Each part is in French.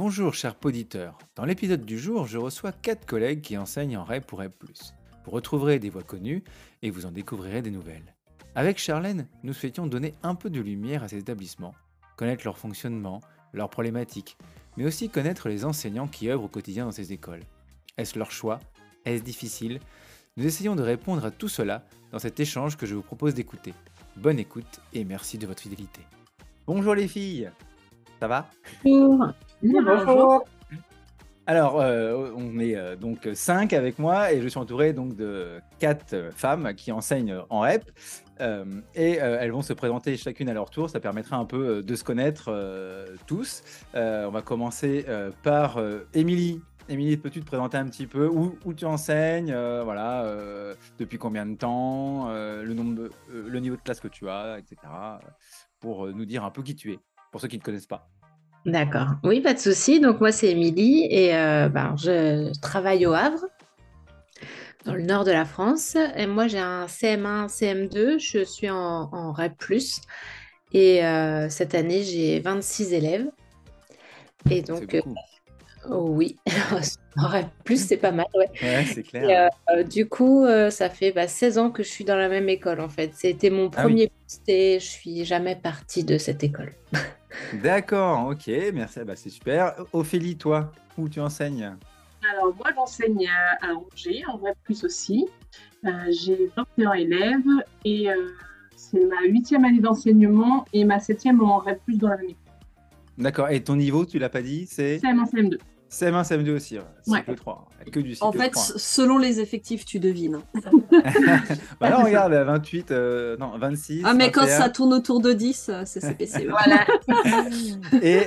Bonjour chers poditeurs, dans l'épisode du jour, je reçois 4 collègues qui enseignent en REP ou REP+. Vous retrouverez des voix connues et vous en découvrirez des nouvelles. Avec Charlène, nous souhaitions donner un peu de lumière à ces établissements, connaître leur fonctionnement, leurs problématiques, mais aussi connaître les enseignants qui œuvrent au quotidien dans ces écoles. Est-ce leur choix? Est-ce difficile? Nous essayons de répondre à tout cela dans cet échange que je vous propose d'écouter. Bonne écoute et merci de votre fidélité. Bonjour les filles, ça va? Bonjour. Bonjour. Alors, on est donc 5 avec moi et je suis entouré donc de 4 femmes qui enseignent en REP elles vont se présenter chacune à leur tour. Ça permettra un peu de se connaître tous. On va commencer par Émilie. Émilie, peux-tu te présenter un petit peu où tu enseignes, depuis combien de temps, le niveau de classe que tu as, etc. Pour nous dire un peu qui tu es, pour ceux qui ne te connaissent pas. D'accord. Oui, pas de souci. Donc, moi, c'est Émilie et je travaille au Havre, dans le nord de la France. Et moi, j'ai un CM1, CM2. Je suis en REP+. Et cette année, j'ai 26 élèves. Et C'est donc, beaucoup. oui, en REP+, c'est pas mal, ouais. Ouais, c'est Et, clair. du coup, ça fait 16 ans que je suis dans la même école, en fait. C'était mon Ah oui. premier poste et je suis jamais partie de cette école. D'accord, ok, merci, bah, c'est super. Ophélie, toi, où tu enseignes? Alors, moi, j'enseigne à Angers, en vrai plus aussi. J'ai 21 élèves et c'est ma 8e année d'enseignement et ma 7e en vrai plus dans l'année. D'accord, et ton niveau, tu l'as pas dit, c'est CM1, CM2. CM1, CM2 aussi, ouais. Ouais. Cycle 3, que du En cycle fait, 3. selon les effectifs, tu devines. Bah non, regarde, 28, non, 26, Ah, mais quand 21. ça tourne autour de 10, c'est CPC. Ouais. Voilà. Et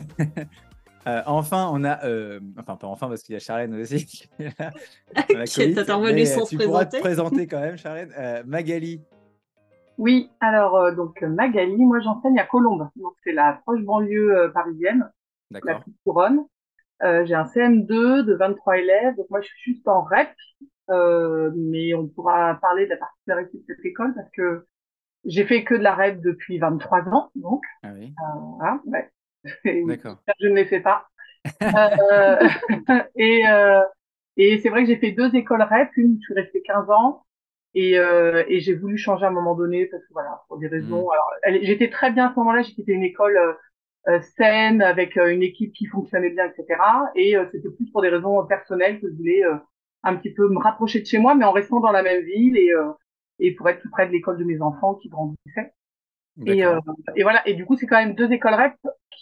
enfin, on a, enfin pas enfin parce qu'il y a Charlène aussi qui est là, dans la Qui est colite, intervenu mais sans se tu pourras te présenter. présenter quand même, Charlène. Magali. Oui, alors donc Magali, moi j'enseigne à Colombes, donc c'est la proche banlieue parisienne, la D'accord. petite couronne. J'ai un CM2 de 23 élèves, donc moi je suis juste en REP, mais on pourra parler de la particularité de cette école parce que j'ai fait que de la REP depuis 23 ans, donc Ah oui, voilà, ouais. Et oui, d'accord. je ne les fais pas. Euh, et et c'est vrai que j'ai fait 2 écoles REP, une où je suis restée 15 ans. Et j'ai voulu changer à un moment donné parce que voilà, pour des Hmm. raisons. Alors, j'étais très bien à ce moment-là. J'étais une école saine avec une équipe qui fonctionnait bien, etc. Et c'était plus pour des raisons personnelles que je voulais un petit peu me rapprocher de chez moi, mais en restant dans la même ville et pour être plus près de l'école de mes enfants qui grandissaient. Et, euh, D'accord. et voilà. Et du coup, c'est quand même 2 écoles REP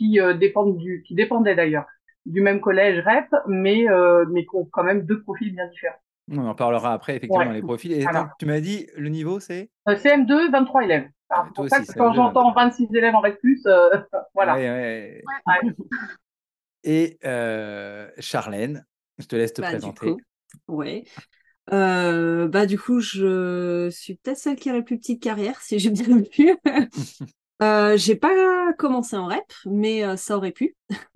qui dépendaient d'ailleurs du même collège REP, mais qui ont quand même 2 profils bien différents. On en parlera après, effectivement, Ouais. dans les profils. Et donc, Voilà. tu m'as dit, le niveau, c'est? CM2, 23 élèves. Ah, Alors, mais c'est toi pour ça aussi, que quand CM2, j'entends 23. 26 élèves en REP+, voilà. Ouais, ouais. Ouais. Et Charlène, je te laisse te Bah, du présenter. coup, ouais. Du coup, je suis peut-être celle qui a la plus petite carrière, si j'ai bien vu. J'ai pas commencé en rep, mais ça aurait pu.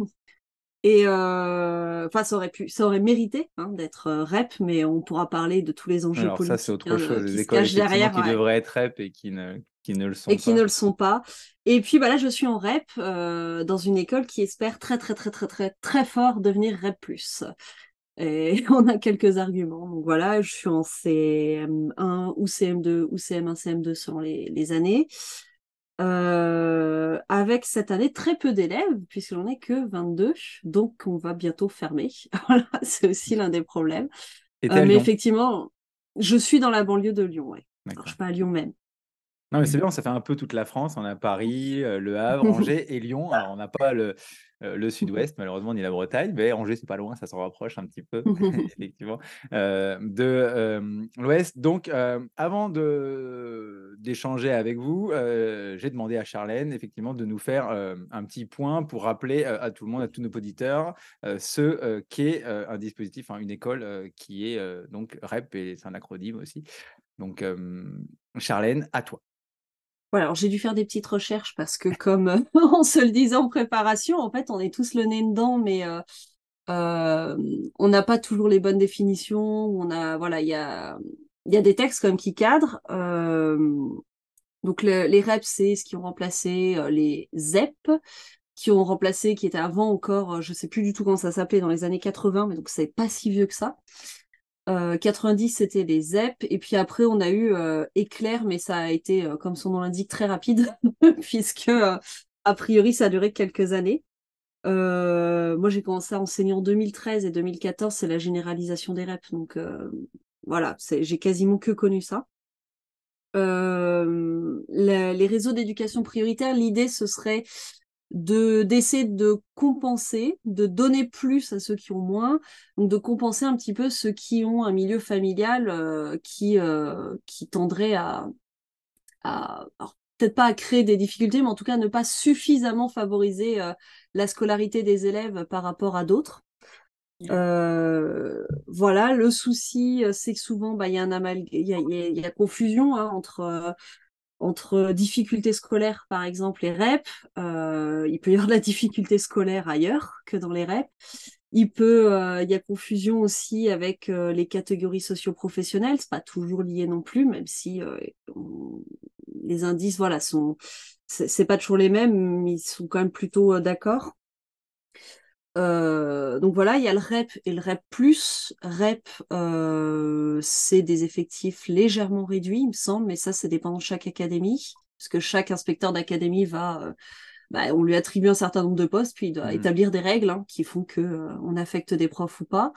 Et enfin, ça aurait mérité d'être rep, mais on pourra parler de tous les enjeux Alors ça, c'est politiques autre chose. qui Les se écoles, cachent effectivement, derrière, qui ouais, devraient être REP et qui ne le et sont qui ne pas. le sont pas. Et puis bah là, je suis en rep dans une école qui espère très très très très très très fort devenir rep+. Et on a quelques arguments. Donc voilà, je suis en CM1 ou CM2 ou CM1, CM2 selon les années. Avec cette année très peu d'élèves, puisque j'en ai que 22, donc on va bientôt fermer. Voilà, c'est aussi l'un des problèmes. Et t'es à Mais Lyon. effectivement, je suis dans la banlieue de Lyon, ouais. Alors, je D'accord. suis pas à Lyon même. Non, mais c'est bien, ça fait un peu toute la France. On a Paris, Le Havre, Angers et Lyon. Alors, on n'a pas le sud-ouest, malheureusement, ni la Bretagne, mais Angers, c'est pas loin, ça s'en rapproche un petit peu, effectivement, de l'ouest. Donc, avant d'échanger avec vous, j'ai demandé à Charlène, effectivement, de nous faire un petit point pour rappeler à tout le monde, à tous nos auditeurs, ce qu'est un dispositif, une école qui est donc REP, et c'est un acronyme aussi. Donc, Charlène, à toi. Voilà, alors j'ai dû faire des petites recherches parce que comme on se le disait en préparation, en fait, on est tous le nez dedans, mais on n'a pas toujours les bonnes définitions. Voilà, il y a des textes quand même qui cadrent. Donc les REP, c'est ce qui ont remplacé les ZEP. qui ont remplacé, qui étaient avant encore, je sais plus du tout comment ça s'appelait, dans les années 80, mais donc c'est pas si vieux que ça. 90, c'était les ZEP, et puis après on a eu Éclair, mais ça a été, comme son nom l'indique, très rapide, puisque a priori ça a duré quelques années. Moi j'ai commencé à enseigner en 2013 et 2014, c'est la généralisation des REP, donc voilà, j'ai quasiment que connu ça. Les réseaux d'éducation prioritaire, l'idée ce serait d'essayer de compenser, de donner plus à ceux qui ont moins, donc de compenser un petit peu ceux qui ont un milieu familial qui tendrait alors, peut-être pas à créer des difficultés, mais en tout cas ne pas suffisamment favoriser la scolarité des élèves par rapport à d'autres. Voilà, le souci, c'est que souvent, il y a il y a confusion hein, entre difficultés scolaires, par exemple, et REP. Il peut y avoir de la difficulté scolaire ailleurs que dans les REP. Il y a confusion aussi avec les catégories socio-professionnelles. C'est pas toujours lié non plus, même si les indices, voilà, c'est pas toujours les mêmes, mais ils sont quand même plutôt d'accord. Donc voilà, il y a le REP et le REP+. REP, c'est des effectifs légèrement réduits, il me semble, mais ça dépend de chaque académie, parce que chaque inspecteur d'académie on lui attribue un certain nombre de postes, puis il doit établir des règles hein, qui font que on affecte des profs ou pas.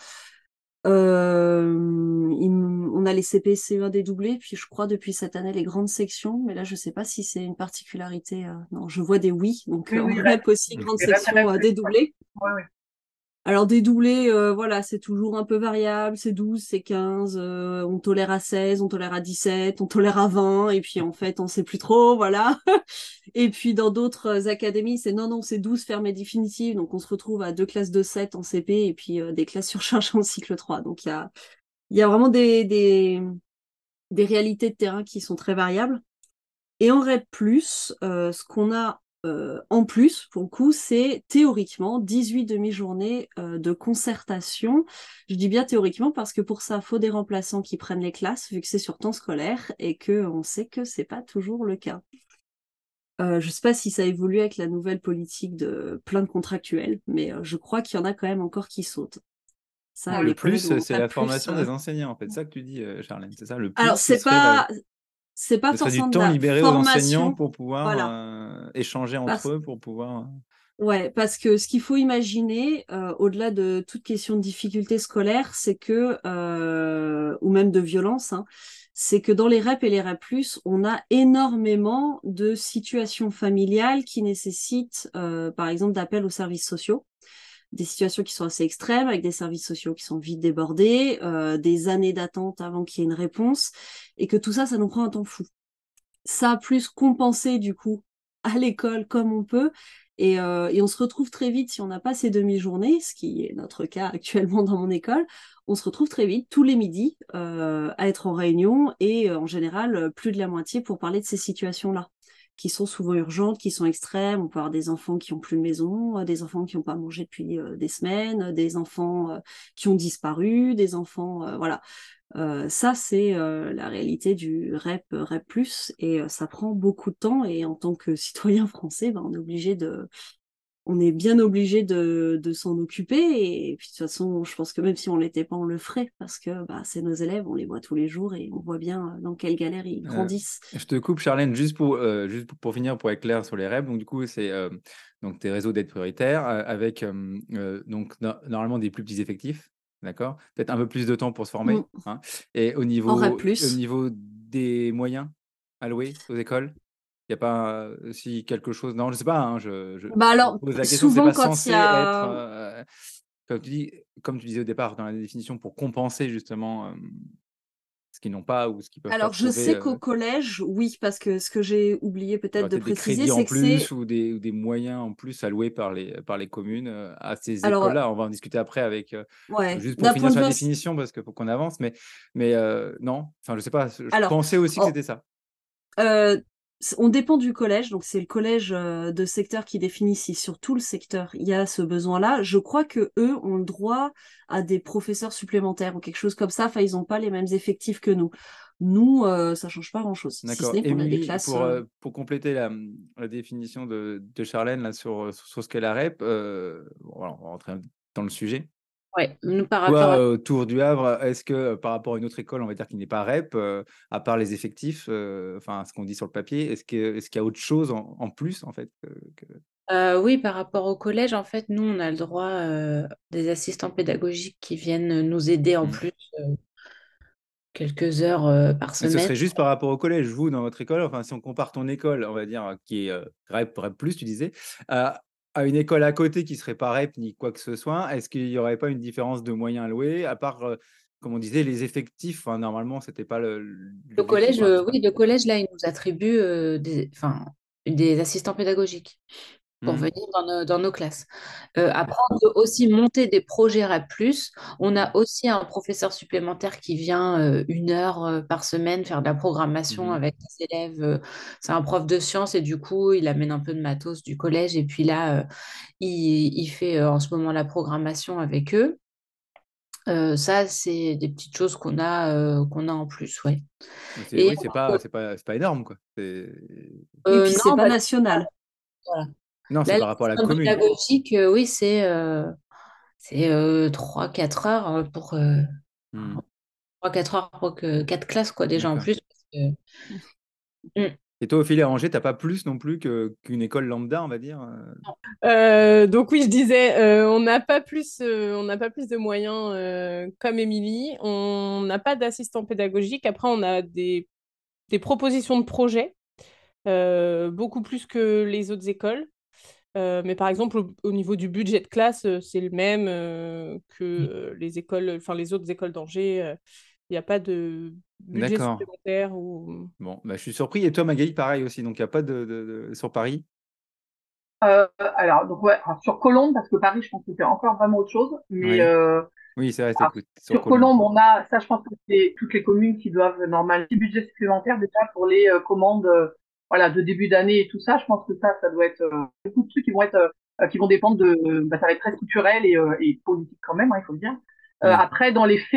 On a les CP, CE1 dédoublés, puis je crois depuis cette année les grandes sections, mais là je sais pas si c'est une particularité. Non, je vois des oui, donc Oui, en oui, REP aussi, grande section dédoublée. Ouais, ouais. Alors dédoublé, voilà, c'est toujours un peu variable, c'est 12, c'est 15, on tolère à 16, on tolère à 17, on tolère à 20, et puis en fait, on sait plus trop, voilà. Et puis dans d'autres académies, c'est non, c'est 12 fermées définitives, donc on se retrouve à 2 classes de 7 en CP, et puis des classes surchargées en cycle 3. Donc il y a vraiment des réalités de terrain qui sont très variables. Et en REP+, ce qu'on a en plus, pour le coup, c'est théoriquement 18 demi-journées de concertation. Je dis bien théoriquement parce que pour ça, il faut des remplaçants qui prennent les classes, vu que c'est sur temps scolaire et qu'on sait que c'est pas toujours le cas. Je sais pas si ça évolue avec la nouvelle politique de plein de contractuels, mais je crois qu'il y en a quand même encore qui sautent. Ça, Le les collègues plus, en c'est la formation des enseignants, en fait. C'est ça que tu dis, Charlène. C'est ça, le Alors, plus, ce c'est pas serait du forcément de temps la libéré aux enseignants formation. pour pouvoir Voilà. échanger entre eux, pour pouvoir. Ouais, parce que ce qu'il faut imaginer, au-delà de toute question de difficulté scolaire, c'est que, ou même de violence, hein, c'est que dans les REP et les REP+, on a énormément de situations familiales qui nécessitent, par exemple, d'appel aux services sociaux. Des situations qui sont assez extrêmes, avec des services sociaux qui sont vite débordés, des années d'attente avant qu'il y ait une réponse, et que tout ça, ça nous prend un temps fou. Ça, plus compenser du coup à l'école comme on peut. Et on se retrouve très vite, si on n'a pas ces demi-journées, ce qui est notre cas actuellement dans mon école, on se retrouve très vite, tous les midis, à être en réunion et en général, plus de la moitié pour parler de ces situations-là, qui sont souvent urgentes, qui sont extrêmes. On peut avoir des enfants qui n'ont plus de maison, des enfants qui n'ont pas mangé depuis des semaines, des enfants qui ont disparu, des enfants, voilà. Ça, c'est la réalité du REP+, et ça prend beaucoup de temps. Et en tant que citoyen français, on est bien obligé de s'en occuper. Et puis de toute façon, je pense que même si on l'était pas, on le ferait parce que c'est nos élèves, on les voit tous les jours et on voit bien dans quelle galère ils grandissent. Je te coupe, Charlène, juste pour finir, pour être clair sur les REP. Donc, du coup, c'est donc tes réseaux d'aide prioritaire avec donc normalement des plus petits effectifs, d'accord? Peut-être un peu plus de temps pour se former. Hein. Et au En REP+. niveau des moyens alloués aux écoles, il n'y a pas si quelque chose. Non, je sais pas. Hein, je Alors, pose la question. C'est souvent pas quand il censé y être a... comme tu disais au départ dans la définition pour compenser justement ce qu'ils n'ont pas ou ce qu'ils peuvent pas Alors, je sais trouver. qu'au collège, oui, parce que ce que j'ai oublié Il y peut-être aura de peut-être des préciser, crédits en c'est que plus c'est... ou des moyens en plus alloués par les communes à ces Alors, écoles-là. On va en discuter après avec ouais, juste pour d'un finir point de sur la vue... définition parce qu'il faut qu'on avance, mais non, enfin je sais pas, je Alors, pensais aussi que en- c'était ça. Euh, on dépend du collège, donc c'est le collège de secteur qui définit si sur tout le secteur il y a ce besoin-là. Je crois que eux ont le droit à des professeurs supplémentaires ou quelque chose comme ça. Enfin, ils n'ont pas les mêmes effectifs que nous. Nous, ça change pas grand-chose, si ce D'accord. n'est qu'on a des Émilie, classes. pour compléter la définition de Charlène là, sur ce qu'est la REP, bon, voilà, on va rentrer dans le sujet. Ouais, nous, par rapport Toi, à... autour du Havre, est-ce que par rapport à une autre école, on va dire qui n'est pas REP, à part les effectifs, enfin ce qu'on dit sur le papier, est-ce qu'il y a autre chose en plus en fait Oui, par rapport au collège, en fait, nous, on a le droit des assistants pédagogiques qui viennent nous aider en Hmm. plus quelques heures par Mais ce semaine. serait juste par rapport au collège. Vous, dans votre école, enfin, si on compare ton école, on va dire, qui est REP plus, tu disais, à une école à côté qui serait pas REP ni quoi que ce soit, est-ce qu'il n'y aurait pas une différence de moyens alloués, à part, comme on disait, les effectifs, enfin, normalement, c'était pas Le l'objectif. collège, Enfin, je sais pas. oui, le collège, là, il nous attribue des assistants pédagogiques pour Hmm. venir dans nos classes. Après, on peut aussi monter des projets REP+. On Hmm. a aussi un professeur supplémentaire qui vient 1 heure par semaine faire de la programmation Mhm. avec les élèves. C'est un prof de sciences et du coup, il amène un peu de matos du collège. Et puis là, il fait en ce moment la programmation avec eux. Ça, c'est des petites choses qu'on a en plus, ouais. Mais Et oui, c'est pas énorme, quoi. Et puis, c'est non, pas bah, national. voilà. Non, c'est Là, par rapport à la l'assistant commune. pédagogique, oui, c'est 3-4 heures pour Hmm. 3-4 heures pour que 4 classes, quoi, déjà en D'accord. plus. Mm. Et toi, Ophélie, à Angers, t'as pas plus non plus qu'une école lambda, on va dire Donc oui, je disais, on n'a pas plus de moyens comme Émilie. On n'a pas d'assistant pédagogique. Après, on a des propositions de projets, beaucoup plus que les autres écoles. Mais par exemple, au niveau du budget de classe, c'est le même que les écoles, enfin les autres écoles d'Angers. Il n'y a pas de budget D'accord. supplémentaire ou... Bon, bah, je suis surpris. Et toi, Magali, pareil aussi. Donc, il n'y a pas sur Paris. Alors, donc ouais, alors, sur Colombes, parce que Paris, je pense que c'est encore vraiment autre chose. Mais Oui. Oui, c'est vrai, alors, sur sur Colombes. Colombes, on a, ça, je pense que c'est toutes les communes qui doivent normalement un petit budget supplémentaire déjà pour les commandes, voilà, de début d'année et tout ça. Je pense que ça doit être beaucoup de trucs qui vont être, qui vont dépendre de, bah, ça va être très structurel et politique quand même, hein, il faut le dire. Oui. Après,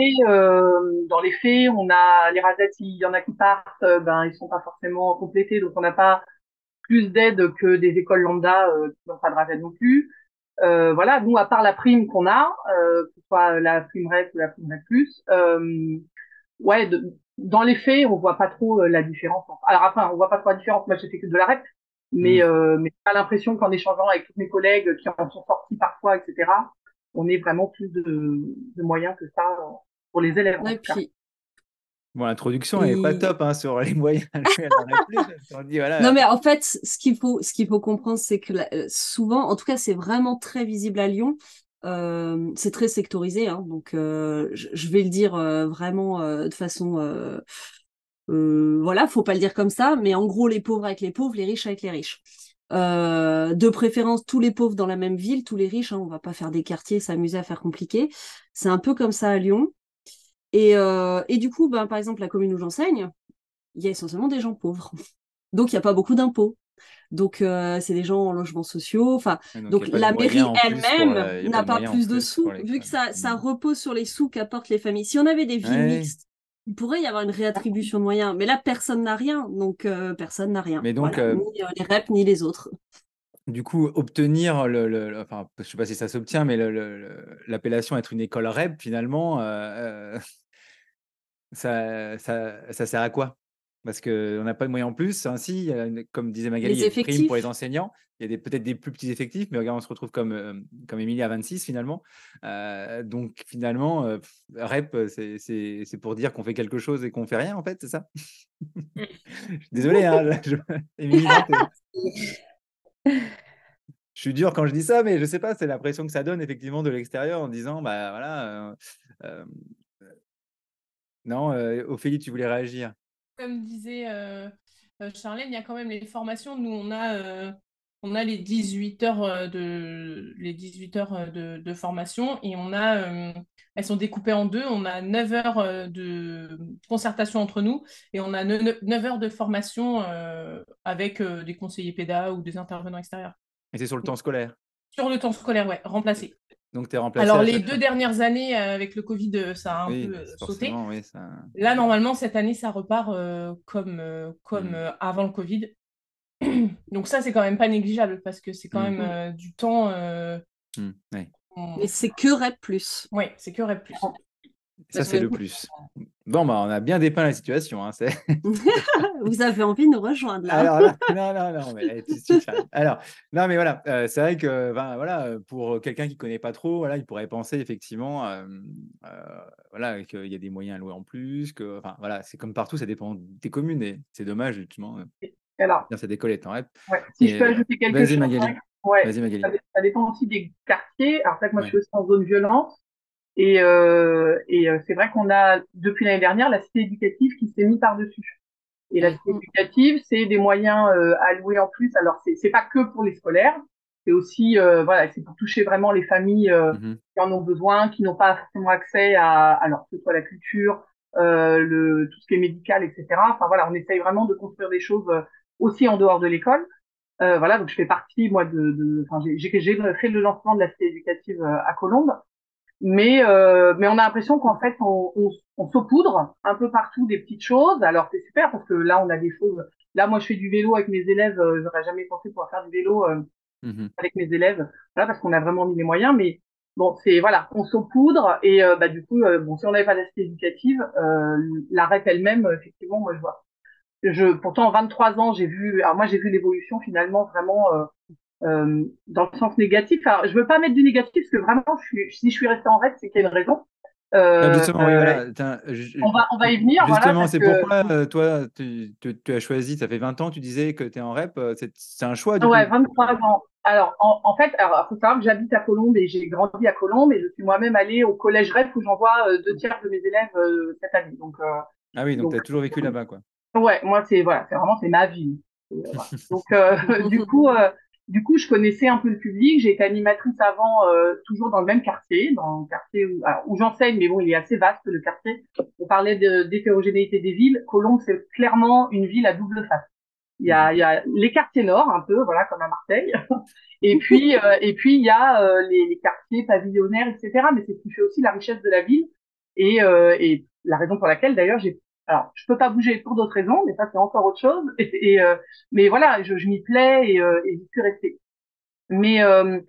dans les faits, on a les rasettes, s'il y en a qui partent, ben ils sont pas forcément complétés, donc on n'a pas plus d'aide que des écoles lambda qui n'ont pas de RASED non plus. Voilà, nous, à part la prime qu'on a, que ce soit la prime REP ou la prime REP+, ouais, dans les faits, on voit pas trop la différence. Alors après, on voit pas trop la différence. Moi, j'ai fait que de la REP, Hmm. mais j'ai pas l'impression qu'en échangeant avec tous mes collègues qui en sont sortis parfois, etc., on ait vraiment plus de moyens que ça pour les élèves, en Et tout cas. puis, Bon, l'introduction, elle n'est pas et- top hein, sur les moyens. Elle en a plus. On dit, non, voilà. mais en fait, ce qu'il faut comprendre, c'est que souvent, en tout cas, c'est vraiment très visible à Lyon. C'est très sectorisé, hein, donc je vais le dire vraiment de façon, voilà, faut pas le dire comme ça, mais en gros, les pauvres avec les pauvres, les riches avec les riches. De préférence, tous les pauvres dans la même ville, tous les riches, hein, on va pas faire des quartiers, s'amuser à faire compliqué. C'est un peu comme ça à Lyon. Et du coup, ben, par exemple, la commune où j'enseigne, il y a essentiellement des gens pauvres. Donc, il n'y a pas beaucoup d'impôts. Donc, c'est des gens en logements sociaux. Enfin, Et donc, il donc n'y a pas de la mairie moyens en plus elle-même il y a pas n'a de pas moyens en plus de plus pour sous, vu que l'école. ça Hmm. repose sur les sous qu'apportent les familles. Si on avait des villes Ouais. mixtes, il pourrait y avoir une réattribution de moyens. Mais là, personne n'a rien. Donc, personne n'a rien. Mais donc, Voilà. Ni les REP, ni les autres. du coup, obtenir enfin, je sais pas si ça s'obtient, mais l'appellation être une école REP, finalement, ça sert à quoi? Parce qu'on n'a pas de moyens en plus. Ainsi, comme disait Magali, il y Les a des primes pour les effectifs. enseignants. Il y a peut-être des plus petits effectifs, mais regarde, on se retrouve comme Émilie à 26 finalement. Donc finalement, REP, c'est pour dire qu'on fait quelque chose et qu'on fait rien en fait, c'est ça? Je suis désolé, hein, Émilie, non, je suis dur quand je dis ça, mais je sais pas, c'est l'impression que ça donne effectivement de l'extérieur en disant, bah voilà, euh, non, Ophélie, tu voulais réagir. Comme disait Charlène, il y a quand même les formations. Nous, on a les 18 heures les 18 heures de formation et elles sont découpées en deux. On a 9 heures de concertation entre nous et on a 9 heures de formation avec des conseillers pédas ou des intervenants extérieurs. Et c'est sur le temps scolaire. Sur le temps scolaire, ouais, remplacé. Donc, tu es remplacé Alors, à les chaque 2 fois. dernières années, avec le Covid, ça a un Oui, peu sauté. forcément, oui, ça. Là, normalement, cette année, ça repart comme, Hmm. avant le Covid. Donc ça, c'est quand même pas négligeable parce que c'est quand Hmm. même du temps. Ouais. Mais c'est que REP+. Oui, c'est que REP+. Ça, Parce c'est que le plus. Bon, bah, on a bien dépeint la situation. Hein, Vous avez envie de nous rejoindre là. Alors là, non, mais tu te calmes. Alors, non, mais voilà, c'est vrai que, ben, voilà, pour quelqu'un qui connaît pas trop, voilà, il pourrait penser effectivement, voilà, qu'il y a des moyens alloués en plus, que, enfin, voilà, c'est comme partout, ça dépend des communes et c'est dommage justement. Alors, Cette école est en REP. ouais, si je peux Mais ajouter quelque vas-y chose, c'est vrai Magali, que, ouais, vas-y Magali. ça dépend aussi des quartiers. Alors, c'est vrai que moi, je Ouais. suis aussi en zone violence. C'est vrai qu'on a, depuis l'année dernière, la cité éducative qui s'est mise par-dessus. Et la Oui. cité éducative, c'est des moyens alloués en plus. Alors, c'est pas que pour les scolaires, c'est aussi, voilà, c'est pour toucher vraiment les familles Mhm. qui en ont besoin, qui n'ont pas forcément accès alors que ce soit la culture, tout ce qui est médical, etc. Enfin, voilà, on essaye vraiment de construire des choses aussi en dehors de l'école. Voilà, donc je fais partie, moi, enfin, j'ai fait le lancement de la cité éducative à Colombes. Mais on a l'impression qu'en fait, on saupoudre un peu partout des petites choses. Alors, c'est super parce que là, on a des choses. Là, moi, je fais du vélo avec mes élèves. J'aurais jamais pensé pouvoir faire du vélo Mhm. avec mes élèves. Voilà, parce qu'on a vraiment mis les moyens. Mais bon, voilà, on saupoudre. Et bah, du coup, bon, si on n'avait pas d'aspect éducative, la REP elle-même, effectivement, moi, je vois. Pourtant, en 23 ans, alors moi, j'ai vu l'évolution finalement vraiment dans le sens négatif. Alors, je veux pas mettre du négatif parce que vraiment, si je suis restée en REP, c'est qu'il y a une raison. Ah, Euh, justement, oui, euh, voilà. on va y venir, voilà, Justement, parce c'est que pourquoi toi, tu as choisi, ça fait 20 ans, tu disais que tu es en REP, c'est un choix du ouais, coup. 23 ans. Alors, en fait, alors, faut savoir que j'habite à Colombes et j'ai grandi à Colombes et je suis moi-même allée au collège REP où j'envoie 2 tiers de mes élèves cette année. Ah oui, donc tu Donc, as toujours vécu là-bas, quoi. ouais, moi c'est voilà, c'est vraiment c'est ma vie. Voilà. Donc du coup, je connaissais un peu le public. J'ai été animatrice avant, toujours dans le même quartier, dans le quartier où j'enseigne, mais bon, il est assez vaste le quartier. On parlait d'hétérogénéité des villes. Colombes, c'est clairement une ville à double face. Mhm. Il y a les quartiers nord, un peu, voilà, comme à Marseille. Et puis il y a les quartiers pavillonnaires, etc. Mais c'est ce qui fait aussi la richesse de la ville et la raison pour laquelle d'ailleurs alors je peux pas bouger pour d'autres raisons, mais ça c'est encore autre chose. Mais voilà, je m'y plais et j'y suis restée. Mais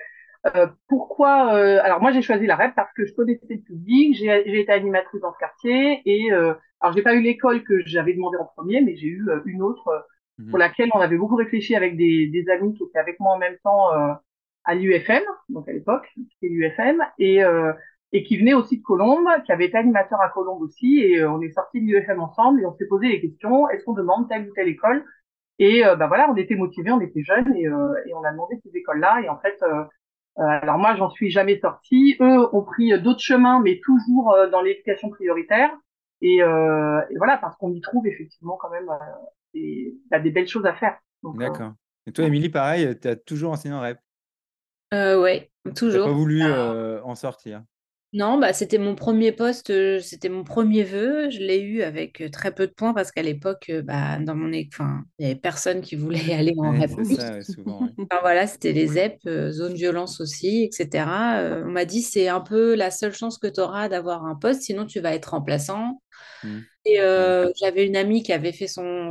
pourquoi alors moi j'ai choisi la REP parce que je connaissais le public, j'ai été animatrice dans ce quartier alors j'ai pas eu l'école que j'avais demandé en premier, mais j'ai eu une autre pour Mhm. laquelle on avait beaucoup réfléchi avec des amis qui étaient avec moi en même temps à l'UFM, donc à l'époque c'était l'UFM et qui venait aussi de Colombes, qui avait été animateur à Colombes aussi et on est sortis de l'UFM ensemble et on s'est posé les questions, est-ce qu'on demande telle ou telle école et bah voilà, on était motivés, on était jeunes et on a demandé ces écoles-là et en fait alors moi, j'en suis jamais sortie. Eux ont pris d'autres chemins, mais toujours dans l'éducation prioritaire. Et voilà, parce qu'on y trouve effectivement quand même des belles choses à faire. Donc, D'accord. Et toi, Émilie, pareil, tu as toujours enseigné en REP. Ouais, Tu n'as pas toujours. voulu en sortir. Non, bah, c'était mon premier poste, c'était mon premier vœu. Je l'ai eu avec très peu de points parce qu'à l'époque, bah, enfin, il n'y avait personne qui voulait aller en Oui, REP. c'est ça, ouais, souvent. Ouais. Enfin, voilà, c'était les ZEP, zone violence aussi, etc. On m'a dit c'est un peu la seule chance que tu auras d'avoir un poste, sinon tu vas être remplaçant. Mhm. Et Ouais. j'avais une amie qui avait fait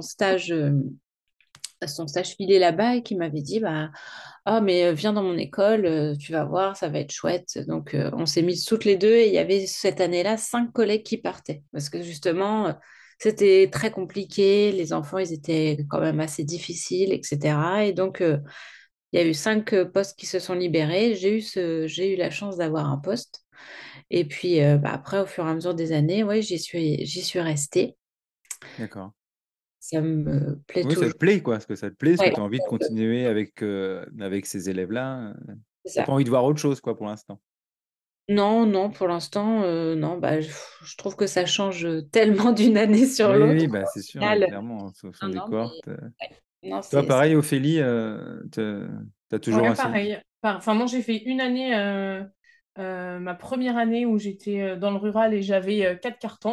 son stage filé là-bas et qui m'avait dit bah ah mais viens dans mon école, tu vas voir, ça va être chouette. Donc on s'est mises toutes les deux et il y avait cette année-là 5 collègues qui partaient parce que justement c'était très compliqué, les enfants ils étaient quand même assez difficiles, etc. Et donc il y a eu 5 postes qui se sont libérés. J'ai eu la chance d'avoir un poste. Et puis bah, après, au fur et à mesure des années, ouais, j'y suis restée. D'accord. Ça me plaît Oui, ça toujours. te plaît, quoi, parce que ça te plaît, parce que Ouais, tu as envie de continuer avec ces élèves-là. c'est Tu n'as ça. pas envie de voir autre chose, quoi, pour l'instant. Non, non, pour l'instant, non, bah, je trouve que ça change tellement d'une année sur Oui, l'autre. oui, bah, c'est sûr, Au ouais, final, clairement, en fonction non, des non, mais cohortes. ouais. Non, Toi, c'est pareil, Ophélie, tu as toujours Ouais, enseigné. pareil. Enfin, moi, j'ai fait une année, ma première année où j'étais dans le rural et j'avais 4 cartons.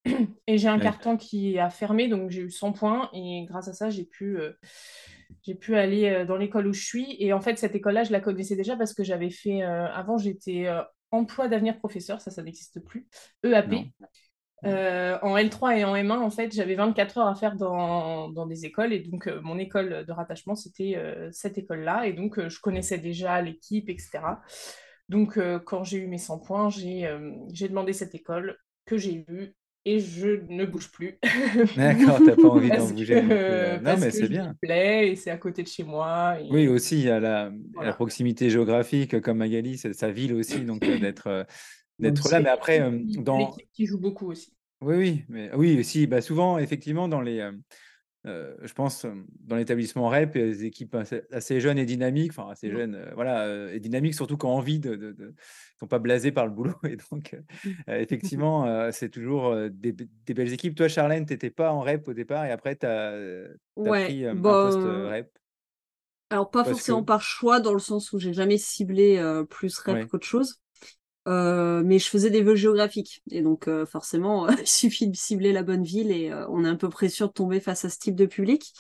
Et j'ai un Oui. carton qui a fermé, donc j'ai eu 100 points. Et grâce à ça, j'ai pu aller dans l'école où je suis. Et en fait, cette école-là, je la connaissais déjà parce que j'avais fait. Avant, j'étais emploi d'avenir professeur, ça n'existe plus. Non. EAP. En L3 et en M1, en fait, j'avais 24 heures à faire dans des écoles. Et donc, mon école de rattachement, c'était cette école-là. Et donc, je connaissais déjà l'équipe, etc. Donc, quand j'ai eu mes 100 points, j'ai demandé cette école que j'ai eue et je ne bouge plus. D'accord, t'as pas envie d'en bouger non plus. Non, Parce mais que c'est je m'y bien. plais et c'est à côté de chez moi. Oui, Et aussi, il y a la voilà. proximité géographique, comme Magali, c'est sa ville aussi, donc d'être là. Et Mais après, dans... l'équipe qui joue beaucoup aussi. Oui, oui, mais oui, aussi, bah, souvent, effectivement, je pense, dans l'établissement REP, il y a des équipes assez jeunes et dynamiques, enfin assez jeunes, voilà, et dynamiques, surtout qui ont envie sont pas blasés par le boulot. Et donc, effectivement, c'est toujours des belles équipes. Toi, Charlène, tu n'étais pas en REP au départ et après, tu as Ouais, pris un poste bon, REP alors pas parce forcément que, par choix, dans le sens où j'ai jamais ciblé plus rep ouais. qu'autre chose. Mais je faisais des vœux géographiques. Et donc, forcément, il suffit de cibler la bonne ville et on est à peu près sûr de tomber face à ce type de public.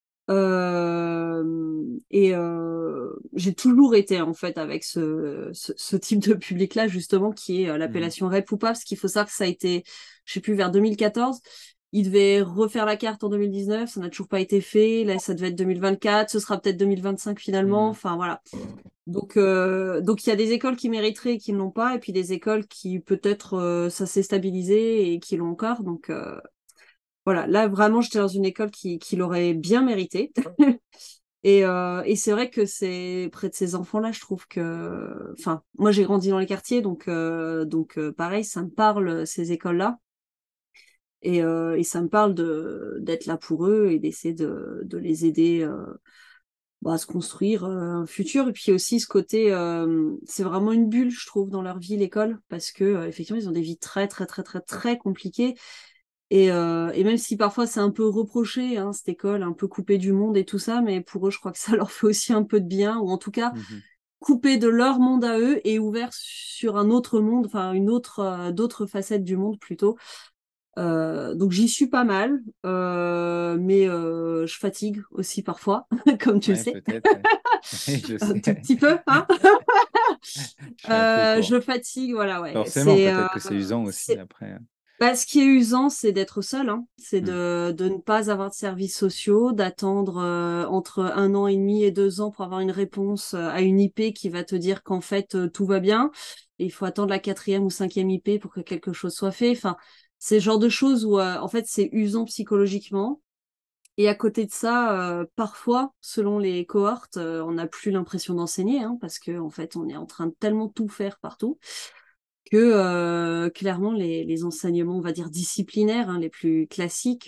J'ai toujours été, en fait, avec ce type de public-là, justement, qui est Mhm. l'appellation REP ou pas, parce qu'il faut savoir que ça a été, je sais plus, vers 2014. Il devait refaire la carte en 2019, ça n'a toujours pas été fait. Là, ça devait être 2024, ce sera peut-être 2025 finalement. Mhm. Enfin, voilà. Donc il y a des écoles qui mériteraient et qui ne l'ont pas, et puis des écoles qui peut-être ça s'est stabilisé et qui l'ont encore. Donc voilà, là vraiment j'étais dans une école qui l'aurait bien mérité. Et c'est vrai que c'est près de ces enfants-là, je trouve que, enfin, moi j'ai grandi dans les quartiers, donc pareil, ça me parle ces écoles-là, et ça me parle d'être là pour eux et d'essayer de les aider. À se construire un futur. Et puis aussi ce côté, c'est vraiment une bulle, je trouve, dans leur vie, l'école, parce que effectivement, ils ont des vies très, très, très, très, très compliquées. Et même si parfois c'est un peu reproché, hein, cette école, un peu coupée du monde et tout ça, mais pour eux, je crois que ça leur fait aussi un peu de bien, ou en tout cas, Mhm. coupé de leur monde à eux et ouvert sur un autre monde, enfin, d'autres facettes du monde plutôt. Donc j'y suis pas mal, mais je fatigue aussi parfois, comme tu le Ouais, sais, peut-être, ouais. Oui, je un sais. tout petit peu, hein. Je suis un peu au courant. Je fatigue, voilà, ouais. Forcément, peut-être que c'est usant aussi après. Bah, ce qui est usant, c'est d'être seul, hein. C'est Mm. de ne pas avoir de services sociaux, d'attendre entre 1 an et demi et 2 ans pour avoir une réponse à une IP qui va te dire qu'en fait tout va bien. Et il faut attendre la 4e ou 5e IP pour que quelque chose soit fait. Enfin, c'est le genre de choses où en fait c'est usant psychologiquement. Et à côté de ça, parfois, selon les cohortes, on n'a plus l'impression d'enseigner, hein, parce que en fait, on est en train de tellement tout faire partout que clairement les enseignements, on va dire disciplinaires, hein, les plus classiques,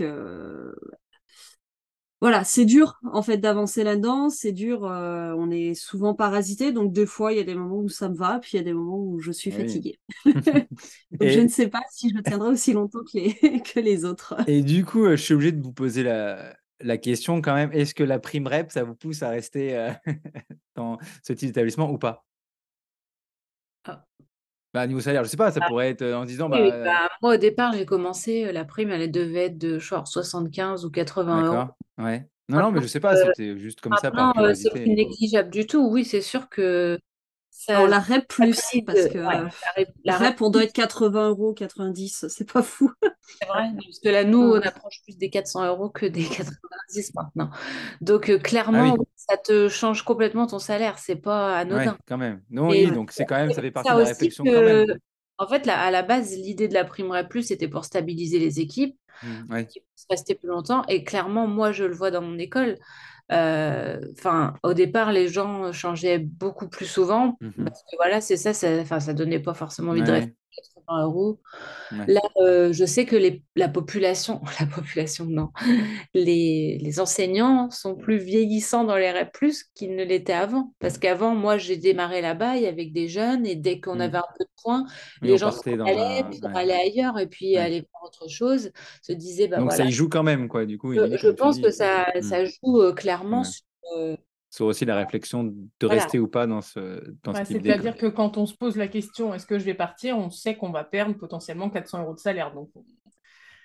voilà, c'est dur en fait d'avancer là-dedans, c'est dur, on est souvent parasité, donc des fois il y a des moments où ça me va, puis il y a des moments où je suis Oui. fatiguée. Donc je ne Et, sais pas si je tiendrai aussi longtemps que les autres. et du coup, je suis obligé de vous poser la question quand même. Est-ce que la prime REP, ça vous pousse à rester dans ce type d'établissement ou pas? Ah, Bah, niveau salaire, je sais pas, ça pourrait être en se disant, oui, oui, bah, bah, moi, au départ, j'ai commencé, la prime, elle devait être de genre 75 ou 80 €. d'accord, ouais. Non, non, mais Maintenant, je sais pas, euh, c'était juste comme ça par c'est plus curiosité. négligeable du tout. Oui, c'est sûr que Alors ça la REP plus, stabilise, parce que ouais, la REP, on doit réponse, être 80 €, 90, c'est pas fou. c'est vrai, parce que là, nous, on Ouais. approche plus des 400 € que des 90 maintenant. Donc, Ah clairement, oui, oui, ça te change complètement ton salaire. C'est pas ouais, anodin. quand même. Non, Et oui, donc c'est quand même, ça fait partie ça de la aussi réflexion quand que, même. en fait, à la base, l'idée de la prime plus, c'était pour stabiliser les équipes Ouais. qui puissent rester plus longtemps. Et clairement, moi, je le vois dans mon école. Enfin, au départ, les gens changeaient beaucoup plus souvent Mhm. parce que voilà, c'est ça, enfin, ça donnait pas forcément envie de rester Ouais, 80 €. ouais. Là, je sais que la population, la population, non, les enseignants sont plus vieillissants dans les REP+, qu'ils ne l'étaient avant. Parce qu'avant, moi, j'ai démarré là-bas, il y avait des jeunes, et dès qu'on Mm. avait un peu de points, Oui, les on gens s'en partait dans allaient un. pour Ouais, aller ailleurs et puis ouais. aller voir autre chose, se disaient, bah Donc ça voilà, y joue quand même, quoi. Du coup, Émilie, je comme tu pense que dis. ça joue clairement Ouais. sur, euh, Sur aussi la réflexion de voilà. rester ou pas dans ce Ouais, type d'école. c'est-à-dire que quand on se pose la question, est-ce que je vais partir, on sait qu'on va perdre potentiellement 400 € de salaire. Donc,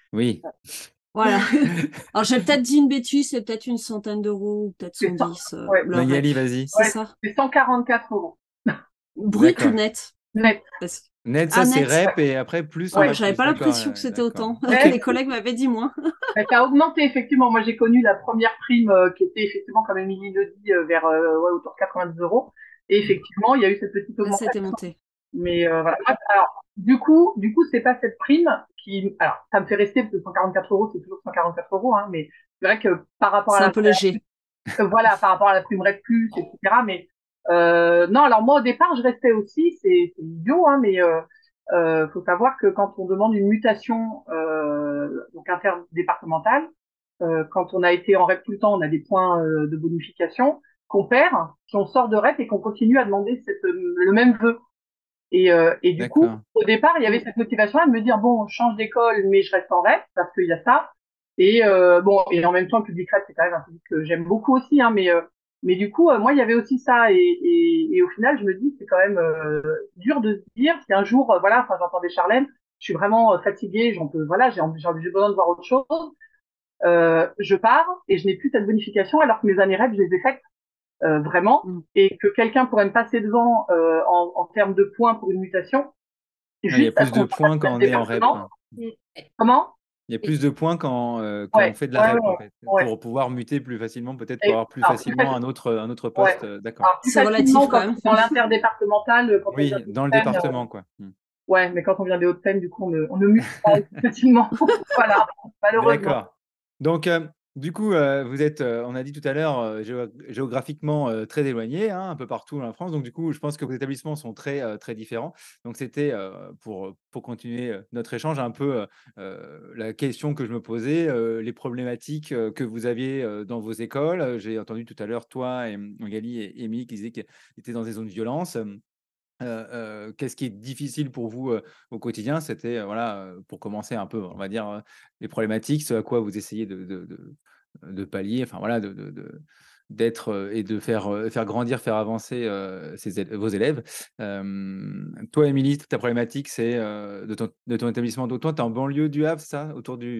Oui. Voilà. Alors, j'ai peut-être dit une bêtise, c'est peut-être une centaine d'euros ou peut-être C'est ça. 110, Ouais, le Magali, rep. vas-y. C'est ouais, ça? c'est 144 euros Brut ou D'accord. net? net. Parce- Net, ça, Ah, c'est net. rep et après plus en Ah, Ouais, rep j'avais plus. pas D'accord, l'impression que c'était d'accord. autant. ouais. Les collègues m'avaient dit moins. Ça a augmenté effectivement. Moi, j'ai connu la première prime qui était effectivement, comme Émilie le dit, vers ouais, autour de 90 euros. Et effectivement, il y a eu cette petite Ouais, ça a été augmentation. monté. Mais voilà. Alors, du coup, c'est pas cette prime qui. Alors, ça me fait rester parce que 144 euros, c'est toujours 144 euros, hein, mais c'est vrai que par rapport à C'est un peu léger. voilà, par rapport à la prime Red Plus, etc. Mais non, alors moi au départ, je restais aussi, c'est idiot, hein, mais faut savoir que quand on demande une mutation donc interdépartementale, quand on a été en REP tout le temps, on a des points de bonification qu'on perd, si on sort de REP et qu'on continue à demander le même vœu. Et du coup, D'accord. au départ, il y avait Mm. cette motivation à me dire, bon, je change d'école, mais je reste en REP, parce qu'il y a ça. Et bon, et en même temps, le public REP, c'est quand même un public que j'aime beaucoup aussi, hein, mais du coup, moi, il y avait aussi ça. Et au final, je me dis, c'est quand même dur de se dire, si un jour, voilà, enfin, j'entendais Charlène, je suis vraiment fatiguée, j'en peux, voilà, j'ai besoin de voir autre chose. Je pars et je n'ai plus cette bonification, alors que mes années REP, je les ai faites vraiment, Mm. et que quelqu'un pourrait me passer devant en termes de points pour une mutation, Ah, il y a juste parce plus qu'on de change points de quand on est en rep, département. hein. Comment? Il y a plus de points quand on Ouais, fait de la ouais, rep, en ouais, fait, ouais. pour pouvoir muter plus facilement, peut-être pour Et, avoir plus alors, plus facilement faci- un autre ouais. poste. D'accord. Alors, plus C'est relatif facilement quand quand même. on est dans l'interdépartemental, quand on vient Oui, des dans le Hauts-de-Seine, département, quoi. ouais, mais quand on vient des Hauts-de-Seine, du coup, on ne mute pas aussi facilement. Voilà, malheureusement. D'accord. Donc, du coup, vous êtes, on a dit tout à l'heure, géographiquement très éloignés, hein, un peu partout en France. Donc, du coup, je pense que vos établissements sont très différents. Donc, c'était pour continuer notre échange un peu la question que je me posais, les problématiques que vous aviez dans vos écoles. J'ai entendu tout à l'heure, toi, et Magali et Émilie, qui disaient qu'ils étaient dans des zones de violence. Qu'est-ce qui est difficile pour vous, au quotidien? C'était, voilà, pour commencer un peu, on va dire, les problématiques, ce à quoi vous essayez de pallier, enfin voilà, d'être, et de faire grandir, faire avancer, vos élèves. Toi, Émilie, ta problématique, c'est, de ton établissement. Donc toi, tu es en banlieue du Havre, c'est ça?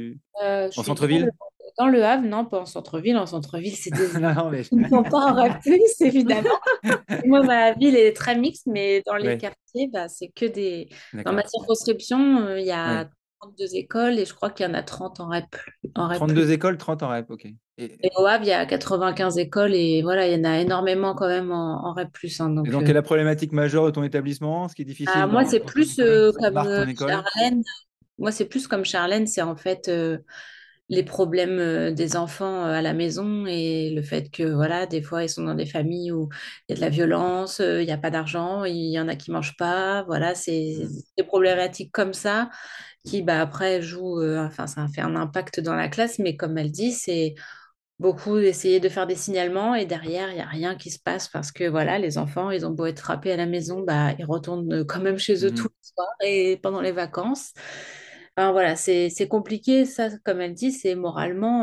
Je En suis centre-ville? dans le Havre, non, pas en centre-ville. En centre-ville, c'est des Non, non, mais ils ne sont pas en rêve plus, évidemment. Moi, ma ville est très mixte, mais dans les ouais, quartiers, bah, c'est que des. Dans ma d'accord. circonscription, il y a Ouais. 32 écoles et je crois qu'il y en a 30 en REP, en REP+. 32 écoles, 30 en REP, OK. Et au Havre, il y a 95 écoles et voilà, il y en a énormément quand même en REP+. Hein, Et donc, donc, quelle est la problématique majeure de ton établissement? Ce qui est difficile moi, c'est dans ton plus école? Ce qui comme marque ton école? Charlène. Moi, c'est plus comme Charlène, c'est en fait les problèmes des enfants à la maison et le fait que, voilà, des fois, ils sont dans des familles où il y a de la violence, il n'y a pas d'argent, il y en a qui mangent pas. Voilà, c'est Mmh. des problématiques comme ça qui, bah, après, jouent, enfin, ça fait un impact dans la classe, mais comme elle dit, c'est beaucoup essayer de faire des signalements et derrière, il n'y a rien qui se passe parce que, voilà, les enfants, ils ont beau être frappés à la maison, bah, ils retournent quand même chez eux tous Mmh. les soirs et pendant les vacances. Enfin, voilà, c'est compliqué, ça, comme elle dit, c'est moralement,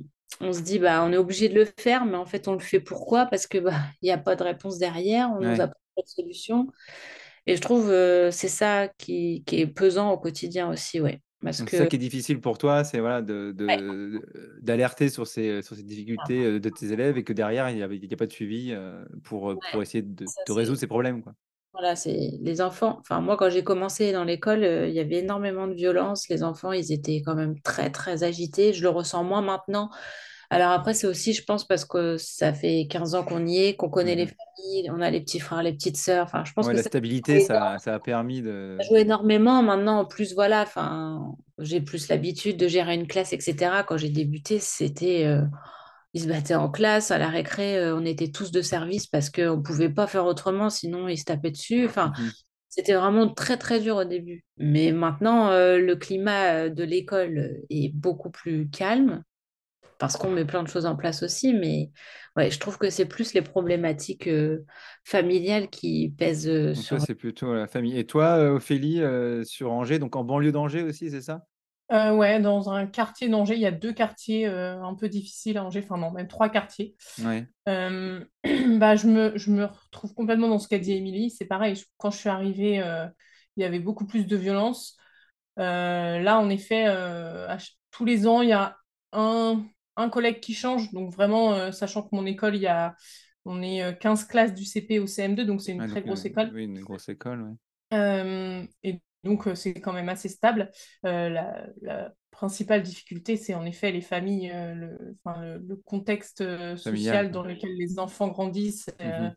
on se dit, bah, on est obligé de le faire, mais en fait, on le fait pourquoi? Parce que, bah, il n'y a pas de réponse derrière, on nous Ouais. apporte pas de solution. Et je trouve, c'est ça qui est pesant au quotidien aussi, ouais. Parce Donc c'est ça que, qui est difficile pour toi, c'est voilà ouais, d'alerter sur ces difficultés, de tes élèves et que derrière il y a pas de suivi, pour ouais, essayer de ça, de résoudre ces problèmes, quoi. voilà, c'est les enfants. Enfin, moi, quand j'ai commencé dans l'école, il y avait énormément de violence. Les enfants, ils étaient quand même très, très agités. Je le ressens moins maintenant. Alors après, c'est aussi, je pense, parce que ça fait 15 ans qu'on y est, qu'on connaît les Mmh. familles, on a les petits frères, les petites sœurs. Enfin, je pense Ouais, que la ça stabilité, ça a permis ça de joue énormément. Maintenant, en plus, voilà, enfin, j'ai plus l'habitude de gérer une classe, etc. Quand j'ai débuté, c'était, ils se battaient en classe, à la récré, on était tous de service parce qu'on ne pouvait pas faire autrement, sinon ils se tapaient dessus. Enfin, mmh c'était vraiment très, très dur au début. Mais maintenant, le climat de l'école est beaucoup plus calme parce qu'on met plein de choses en place aussi. Mais ouais, je trouve que c'est plus les problématiques familiales qui pèsent Donc toi, sur. c'est plutôt la famille et toi, Ophélie, sur Angers, donc en banlieue d'Angers aussi, c'est ça? Ouais, dans un quartier d'Angers, il y a deux quartiers un peu difficiles à Angers, enfin non, même trois quartiers. Ouais. Euh, bah, je me retrouve complètement dans ce qu'a dit Émilie. C'est pareil, quand je suis arrivée, il y avait beaucoup plus de violence. Là, en effet, tous les ans, il y a un collègue qui change. Donc vraiment, sachant que mon école, on est 15 classes du CP au CM2, donc c'est une Ouais, très donc, grosse école. oui, une grosse école, ouais. Et donc, c'est quand même assez stable. La principale difficulté, c'est en effet les familles, enfin, le contexte Familiale, social quoi. dans lequel les enfants grandissent. Mhm.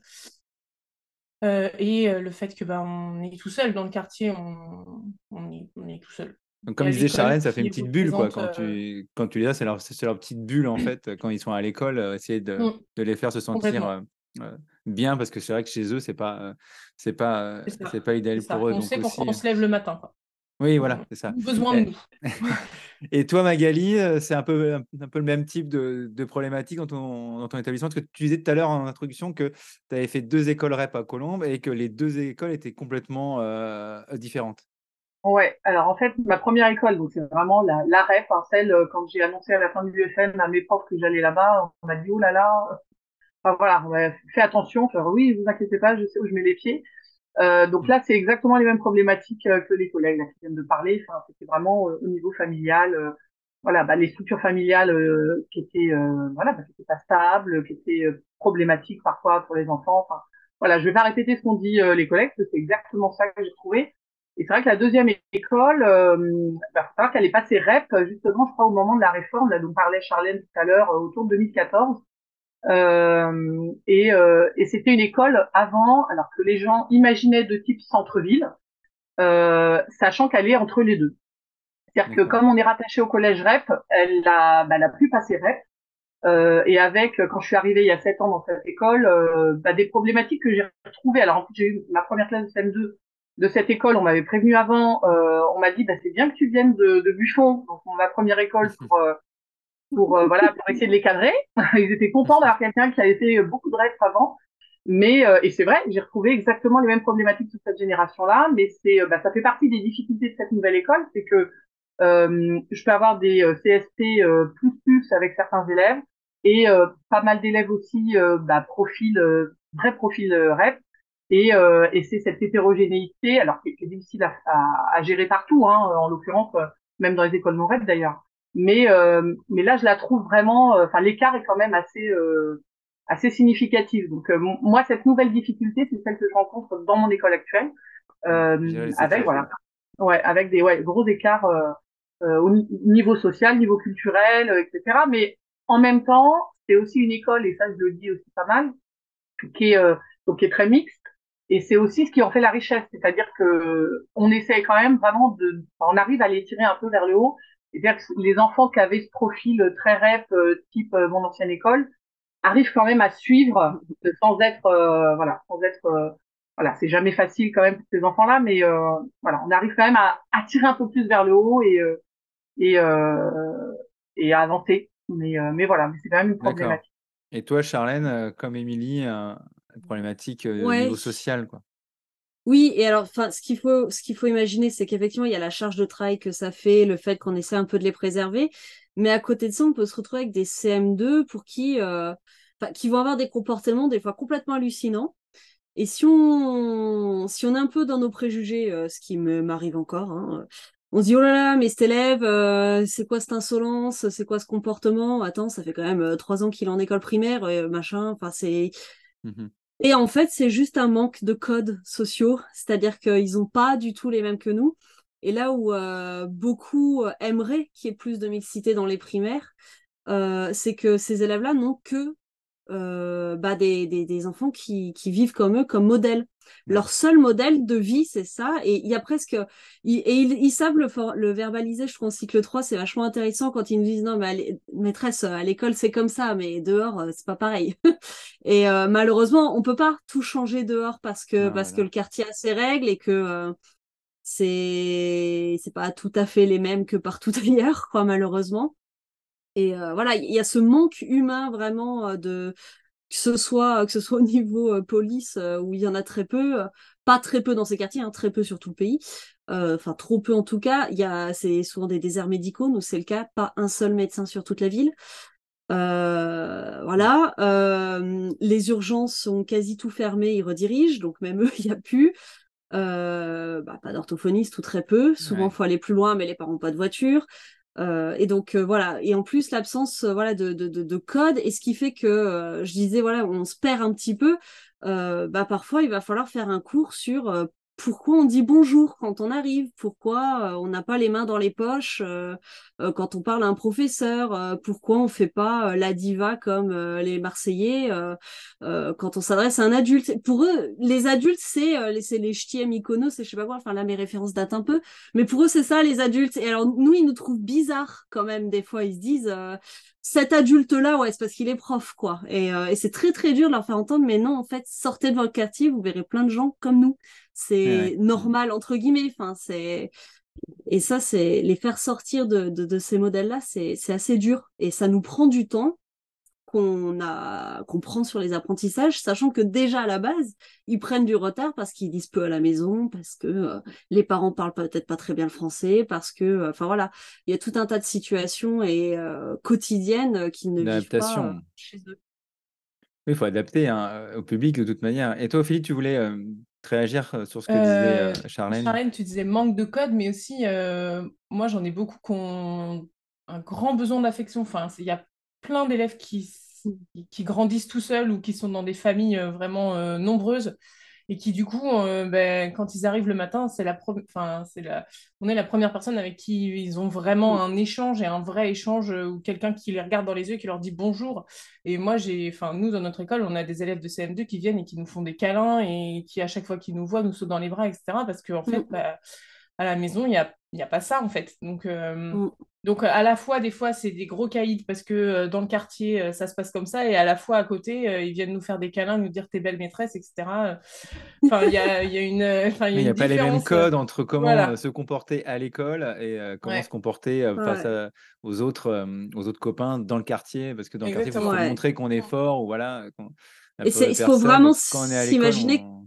Et le fait que on est tout seul dans le quartier, on est tout seul. Donc, Il y comme a disait l'école Charlène, ça fait une qui petite bulle, quoi. représente. Quand tu les as, c'est leur petite bulle, en fait, quand ils sont à l'école, essayer Mm, de les faire se sentir complètement. bien, parce que c'est vrai que chez eux, c'est pas C'est idéal ça. pour eux. On Donc sait pourquoi aussi, on se lève le matin, quoi. oui, On voilà, a c'est ça. besoin de Et, nous. et toi, Magali, c'est un peu le même type de problématique dans ton établissement, parce que tu disais tout à l'heure en introduction que tu avais fait 2 écoles REP à Colombes et que les 2 écoles étaient complètement différentes. Ouais, alors en fait, ma première école, donc c'est vraiment la REP, hein, celle, quand j'ai annoncé à la fin de l'UFM à mes profs que j'allais là-bas, on m'a dit, oh là là, enfin voilà, ouais, fais attention, faire, oui, vous inquiétez pas, je sais où je mets les pieds. Donc là, c'est exactement les mêmes problématiques que les collègues là, qui viennent de parler. Enfin, c'était vraiment au niveau familial. Voilà, bah, les structures familiales qui étaient voilà, bah, qui étaient pas stables, qui étaient problématiques parfois pour les enfants. Enfin, voilà, je vais pas répéter ce qu'ont dit les collègues, parce que c'est exactement ça que j'ai trouvé. Et c'est vrai que la deuxième école, bah, faut savoir qu'elle est passée REP justement, je crois, au moment de la réforme, là dont parlait Charlène tout à l'heure, autour de 2014. Et c'était une école avant, alors que les gens imaginaient de type centre-ville, sachant qu'elle est entre les deux. C'est-à-dire que D'accord. comme on est rattaché au collège REP, elle a pu passer REP. Et avec, quand je suis arrivée il y a 7 ans dans cette école, des problématiques que j'ai retrouvées. Alors en fait, j'ai eu ma première classe de CM2 de cette école, on m'avait prévenu avant, on m'a dit, c'est bien que tu viennes de Buffon, donc ma première école voilà, pour essayer de les cadrer. Ils étaient contents d'avoir quelqu'un qui avait fait beaucoup de rêves avant. Mais et c'est vrai, j'ai retrouvé exactement les mêmes problématiques de cette génération-là, mais ça fait partie des difficultés de cette nouvelle école, c'est que je peux avoir des CSP plus avec certains élèves et pas mal d'élèves aussi vrai profil REP et c'est cette hétérogénéité alors qui est difficile à gérer partout, hein, en l'occurrence même dans les écoles non REP d'ailleurs. Mais là je la trouve vraiment, enfin l'écart est quand même assez significatif. Donc moi cette nouvelle difficulté c'est celle que je rencontre dans mon école actuelle Gérer les avec écarts, voilà quoi. ouais avec des gros écarts au niveau social, niveau culturel, etc. Mais en même temps, c'est aussi une école, et ça je le dis aussi pas mal, qui est donc qui est très mixte. Et c'est aussi ce qui en fait la richesse, c'est-à-dire que on essaie quand même vraiment on arrive à les tirer un peu vers le haut. C'est-à-dire que les enfants qui avaient ce profil très rep, type mon ancienne école, arrivent quand même à suivre sans être, voilà, c'est jamais facile quand même pour ces enfants-là, mais voilà, on arrive quand même à tirer un peu plus vers le haut et, euh, et à avancer. Mais voilà, mais c'est quand même une D'accord. problématique. Et toi, Charlène, comme Émilie, une problématique au Ouais. niveau social, quoi. Oui, et alors, enfin, ce qu'il faut imaginer, c'est qu'effectivement, il y a la charge de travail que ça fait, le fait qu'on essaie un peu de les préserver, mais à côté de ça, on peut se retrouver avec des CM2 pour qui vont avoir des comportements des fois complètement hallucinants. Et si on est un peu dans nos préjugés, ce qui m'arrive encore, hein, on se dit, oh là là, mais cet élève, c'est quoi cette insolence, c'est quoi ce comportement? Attends, ça fait quand même 3 ans qu'il est en école primaire, machin, enfin, c'est... Mhm. Et en fait, c'est juste un manque de codes sociaux, c'est-à-dire qu'ils n'ont pas du tout les mêmes que nous. Et là où beaucoup aimeraient qu'il y ait plus de mixité dans les primaires, c'est que ces élèves-là n'ont que des enfants qui vivent comme eux, comme modèle. Ouais. Leur seul modèle de vie, c'est ça. Et il y a presque. Ils savent le verbaliser. Je trouve en cycle 3 c'est vachement intéressant quand ils nous disent non, mais maîtresse, à l'école, c'est comme ça, mais dehors, c'est pas pareil. Et malheureusement, on peut pas tout changer dehors Non, parce que voilà. le quartier a ses règles et que c'est pas tout à fait les mêmes que partout ailleurs, quoi, malheureusement. Et voilà, il y a ce manque humain vraiment que ce soit au niveau police où il y en a très peu, pas très peu dans ces quartiers, hein, très peu sur tout le pays, enfin trop peu en tout cas. C'est souvent des déserts médicaux, nous c'est le cas, pas un seul médecin sur toute la ville. Mm. Voilà, les urgences sont quasi tout fermées, ils redirigent, donc même eux, il n'y a plus. Pas d'orthophoniste ou très peu. Souvent, il faut aller plus loin, mais les parents n'ont pas de voiture. Et donc voilà, et en plus l'absence voilà de code, et ce qui fait que je disais voilà, on se perd un petit peu. Parfois il va falloir faire un cours sur pourquoi on dit bonjour quand on arrive, pourquoi on n'a pas les mains dans les poches quand on parle à un professeur, pourquoi on fait pas la diva comme les Marseillais quand on s'adresse à un adulte. Pour eux, les adultes c'est les ch'tis à Mykonos, c'est je sais pas quoi, enfin là mes références datent un peu. Mais pour eux, c'est ça, les adultes. Et alors, nous, ils nous trouvent bizarres quand même, des fois. Ils se disent, cet adulte-là, ouais, c'est parce qu'il est prof, quoi. Et c'est très, très dur de leur faire entendre, mais non, en fait, sortez de votre quartier, vous verrez plein de gens comme nous. C'est normal, entre guillemets. Enfin, c'est... Et ça, c'est les faire sortir de ces modèles-là, c'est assez dur. Et ça nous prend du temps qu'on prend sur les apprentissages, sachant que déjà à la base, ils prennent du retard parce qu'ils disent peu à la maison, parce que les parents parlent peut-être pas très bien le français, parce que, enfin voilà, il y a tout un tas de situations et quotidiennes qui ne vivent pas D'adaptation. chez eux. Oui, il faut adapter hein, au public de toute manière. Et toi, Ophélie, tu voulais réagir sur ce que disait Charlène? Charlène, tu disais manque de code, mais aussi, moi, j'en ai beaucoup qui ont un grand besoin d'affection. Enfin, il y a plein d'élèves qui grandissent tout seuls ou qui sont dans des familles vraiment nombreuses et qui, du coup, quand ils arrivent le matin, enfin, on est la première personne avec qui ils ont vraiment un échange et un vrai échange ou quelqu'un qui les regarde dans les yeux et qui leur dit bonjour. Et moi, enfin, nous, dans notre école, on a des élèves de CM2 qui viennent et qui nous font des câlins et qui, à chaque fois qu'ils nous voient, nous sautent dans les bras, etc. Parce qu'en fait, à la maison, il y a pas ça, en fait. Donc, à la fois, des fois, c'est des gros caïds parce que dans le quartier, ça se passe comme ça. Et à la fois, à côté, ils viennent nous faire des câlins, nous dire t'es belle maîtresse, etc. Enfin, il y Oui, a il n'y une a pas les mêmes différence. codes entre comment Voilà. se comporter à l'école et comment se Ouais, comporter face Ouais, aux autres copains dans le quartier. Parce que dans le quartier, il faut exactement. ouais. montrer qu'on est fort ou voilà, Et pour il d'autres faut vraiment personnes. Quand on est à l'école, s'imaginer on...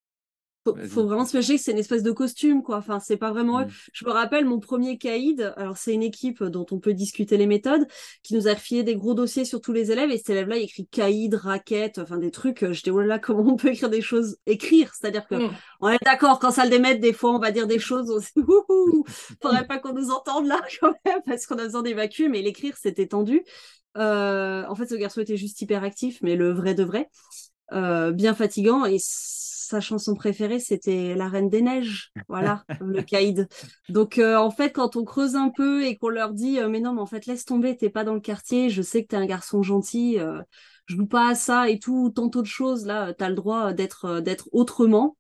faut Vas-y. vraiment s'imaginer que c'est une espèce de costume, quoi. Enfin, c'est pas vraiment eux. Mm. Je me rappelle mon premier caïd. Alors, c'est une équipe dont on peut discuter les méthodes, qui nous a refilé des gros dossiers sur tous les élèves. Et cet élève-là, il écrit caïd, raquette, enfin des trucs. J'étais, oh là là, comment on peut écrire des choses, écrire. C'est-à-dire que, Mm. on est d'accord, quand ça le démette, des fois, on va dire des choses. On se dit, ouhou, faudrait pas qu'on nous entende là, quand même, parce qu'on a besoin d'évacuer. Mais l'écrire, c'était tendu. En fait, ce garçon était juste hyper actif, mais le vrai de vrai bien fatigant. Et sa chanson préférée, c'était La Reine des Neiges. Voilà, le caïd. Donc, en fait, quand on creuse un peu et qu'on leur dit, mais non, mais en fait, laisse tomber, t'es pas dans le quartier, je sais que t'es un garçon gentil, je joue pas à ça et tout, tant d'autres choses, là, t'as le droit d'être autrement.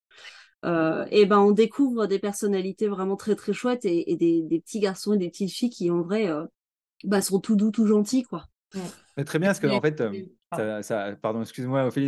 Et ben, on découvre des personnalités vraiment très, très chouettes et des petits garçons et des petites filles qui, en vrai, sont tout doux, tout gentils, quoi. Mm. Mais très bien, parce que en fait, Pardon. pardon, excuse-moi, Ophélie,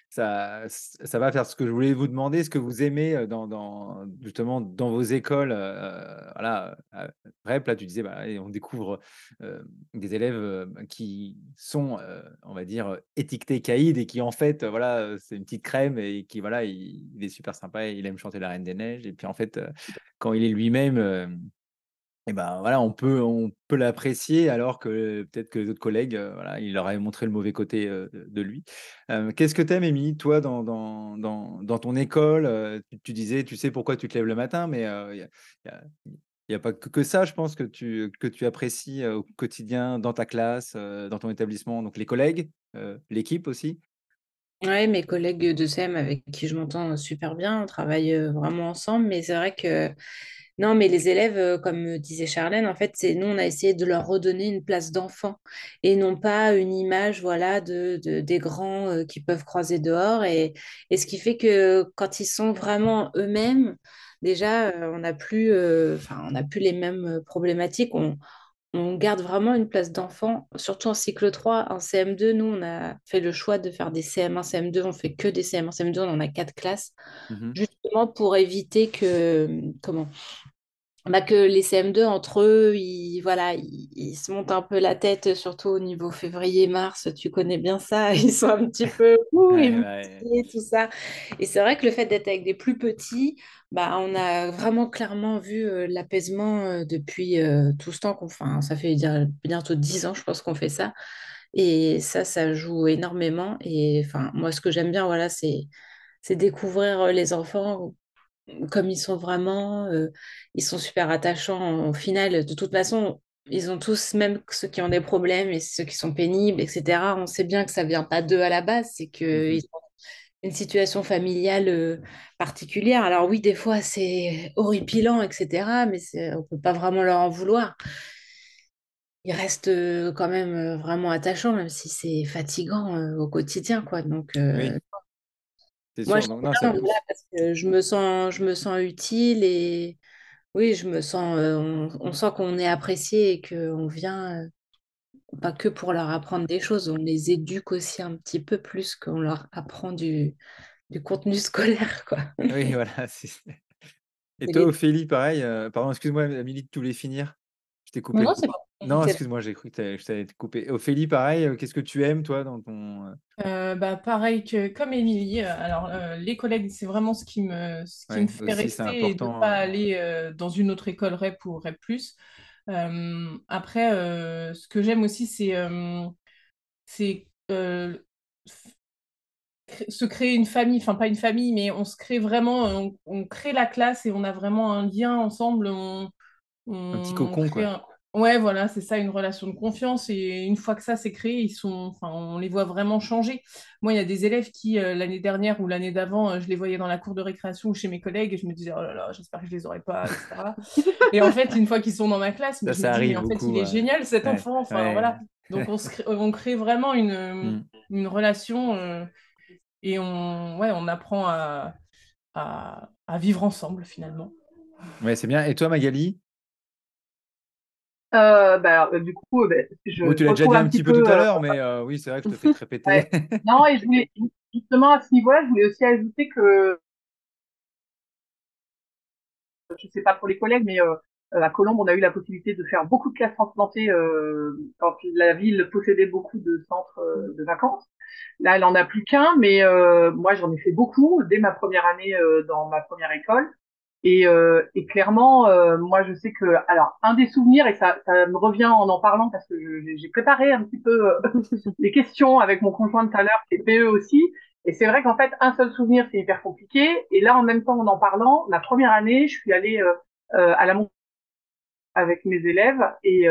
ça va faire ce que je voulais vous demander, ce que vous aimez justement dans vos écoles. Voilà, REP, là, tu disais, bah, et on découvre des élèves qui sont, on va dire, étiquetés caïds et qui, en fait, voilà, c'est une petite crème et qui, voilà, il est super sympa et il aime chanter La Reine des Neiges. Et puis, en fait, quand il est lui-même, et ben voilà, on peut l'apprécier alors que peut-être que d'autres collègues, voilà, il leur avait montré le mauvais côté, de lui. Qu'est-ce que tu aimes, Émilie, toi, dans ton école? Tu disais, tu sais pourquoi tu te lèves le matin, mais il y a il y a pas que ça, je pense, que tu apprécies, au quotidien dans ta classe, dans ton établissement, donc les collègues, l'équipe aussi? Ouais, mes collègues de CM avec qui je m'entends super bien, on travaille vraiment ensemble, mais c'est vrai que non, mais les élèves, comme disait Charlène, en fait, c'est nous, on a essayé de leur redonner une place d'enfant et non pas une image, voilà, des grands qui peuvent croiser dehors. Et ce qui fait que quand ils sont vraiment eux-mêmes, déjà, on n'a plus les mêmes problématiques. On garde vraiment une place d'enfant, surtout en cycle 3. En CM2, nous, on a fait le choix de faire des CM1, CM2. On fait que des CM1, CM2. On en a 4 classes, Mmh. justement pour éviter que les CM2 entre eux, voilà, ils se montent un peu la tête, surtout au niveau février-mars, tu connais bien ça, ils sont un petit peu Ouais, ouais. émoustillés, tout ça. Et c'est vrai que le fait d'être avec des plus petits, on a vraiment clairement vu l'apaisement depuis tout ce temps enfin, ça fait bientôt 10 ans, je pense qu'on fait ça. Et ça joue énormément. Et enfin, moi, ce que j'aime bien, voilà, c'est découvrir les enfants comme ils sont vraiment, ils sont super attachants. Au final, de toute façon, ils ont tous, même ceux qui ont des problèmes et ceux qui sont pénibles, etc. On sait bien que ça vient pas d'eux à la base, c'est qu'ils ont une situation familiale particulière. Alors oui, des fois, c'est horripilant, etc. Mais on peut pas vraiment leur en vouloir. Ils restent quand même vraiment attachants, même si c'est fatigant au quotidien, quoi. Donc, Oui, c'est moi, sûr. j'aime Donc, non, bien, voilà, parce que je me sens utile et oui, on sent qu'on est apprécié et qu'on vient, pas que pour leur apprendre des choses, on les éduque aussi un petit peu plus qu'on leur apprend du contenu scolaire, quoi. oui, voilà. Et C'est toi, les- Ophélie, pareil. Pardon, excuse-moi, Amélie, tu voulais finir? Je t'ai coupé. Non, c'est pas. Non, c'est- excuse-moi, j'ai cru que je t'avais coupé. Ophélie, pareil. Qu'est-ce que tu aimes, toi, dans ton. Bah, pareil que comme Émilie, alors les collègues, c'est vraiment ce qui me Ouais, fait aussi, c'est rester et de ne important. pas aller dans une autre école REP ou REP+. Après, ce que j'aime aussi, c'est se créer une famille, enfin pas une famille, mais on se crée vraiment, on crée la classe et on a vraiment un lien ensemble. Un petit On cocon, crée quoi. Ouais, voilà, c'est ça, une relation de confiance. Et une fois que ça c'est créé, enfin, on les voit vraiment changer. Moi, il y a des élèves qui, l'année dernière ou l'année d'avant, je les voyais dans la cour de récréation ou chez mes collègues et je me disais, oh là là, j'espère que je les aurai pas, etc. Et en fait, une fois qu'ils sont dans ma classe, mais je me Ça dis, mais arrive en fait, il beaucoup. est génial cet Ouais, enfant. Enfin, ouais. voilà. Donc, on crée vraiment Hmm. une relation et ouais, on apprend à vivre ensemble finalement. Ouais, c'est bien. Et toi, Magali? Du coup, je Bon, tu l'as déjà retrouve dit un un petit petit peu tout peu. à l'heure, mais oui, c'est vrai que je te fais te répéter. Ouais. Non, et je voulais justement à ce niveau-là, je voulais aussi ajouter que je sais pas pour les collègues, mais à Colombes, on a eu la possibilité de faire beaucoup de classes transplantées quand la ville possédait beaucoup de centres de vacances. Là, elle en a plus qu'un, mais moi, j'en ai fait beaucoup dès ma première année dans ma première école. Et clairement, moi, je sais que, alors, un des souvenirs, et ça me revient en parlant parce que j'ai préparé un petit peu des questions avec mon conjoint tout à l'heure, qui est PE aussi. Et c'est vrai qu'en fait, un seul souvenir, c'est hyper compliqué. Et là, en même temps, en parlant, la première année, je suis allée à la montagne avec mes élèves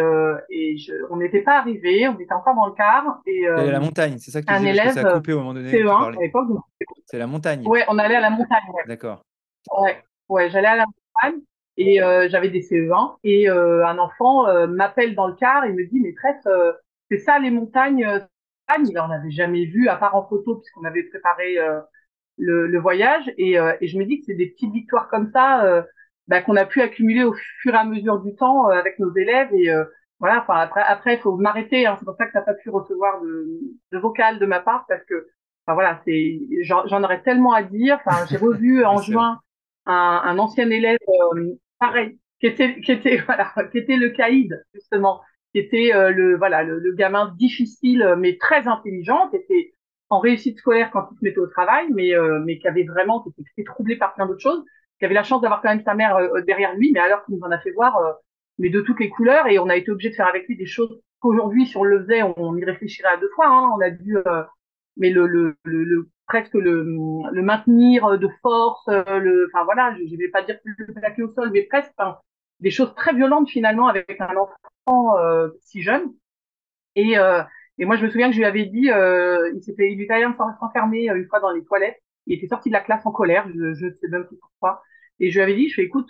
on n'était pas arrivés, on était encore dans le car et T'es allé à la montagne, c'est ça que tu un disais, parce que élève ça a coupé au moment donné où tu CE1 à parlais. l'époque. C'est la montagne. Ouais, on allait à la montagne. Ouais, D'accord. ouais, ouais, j'allais à la montagne et j'avais des CE1 et un enfant m'appelle dans le car et me dit maîtresse, c'est ça les montagnes. Il en avait jamais vu à part en photo puisqu'on avait préparé le voyage et je me dis que c'est des petites victoires comme ça qu'on a pu accumuler au fur et à mesure du temps avec nos élèves et voilà. Enfin après il faut m'arrêter. Hein, c'est pour ça que t'as pas pu recevoir de vocal de ma part parce que enfin voilà c'est j'en aurais tellement à dire. Enfin j'ai revu Oui, en c'est vrai. juin un ancien élève pareil qui était voilà qui était le caïd justement qui était le gamin difficile mais très intelligent qui était en réussite scolaire quand il se mettait au travail, mais qui avait vraiment, qui était troublé par plein d'autres choses, qui avait la chance d'avoir quand même sa mère derrière lui, mais alors qu'il nous en a fait voir, mais de toutes les couleurs, et on a été obligé de faire avec lui des choses qu'aujourd'hui, si on le faisait, on y réfléchirait à deux fois, hein, on a dû, mais presque le maintenir de force, enfin voilà, je vais pas dire le plaquer au sol, mais presque, enfin, des choses très violentes finalement avec un enfant si jeune. Et, euh, et moi, je me souviens que je lui avais dit, il était allé s'enfermer une fois dans les toilettes. Il était sorti de la classe en colère, je ne sais même plus pourquoi. Et je lui avais dit, je fais, écoute,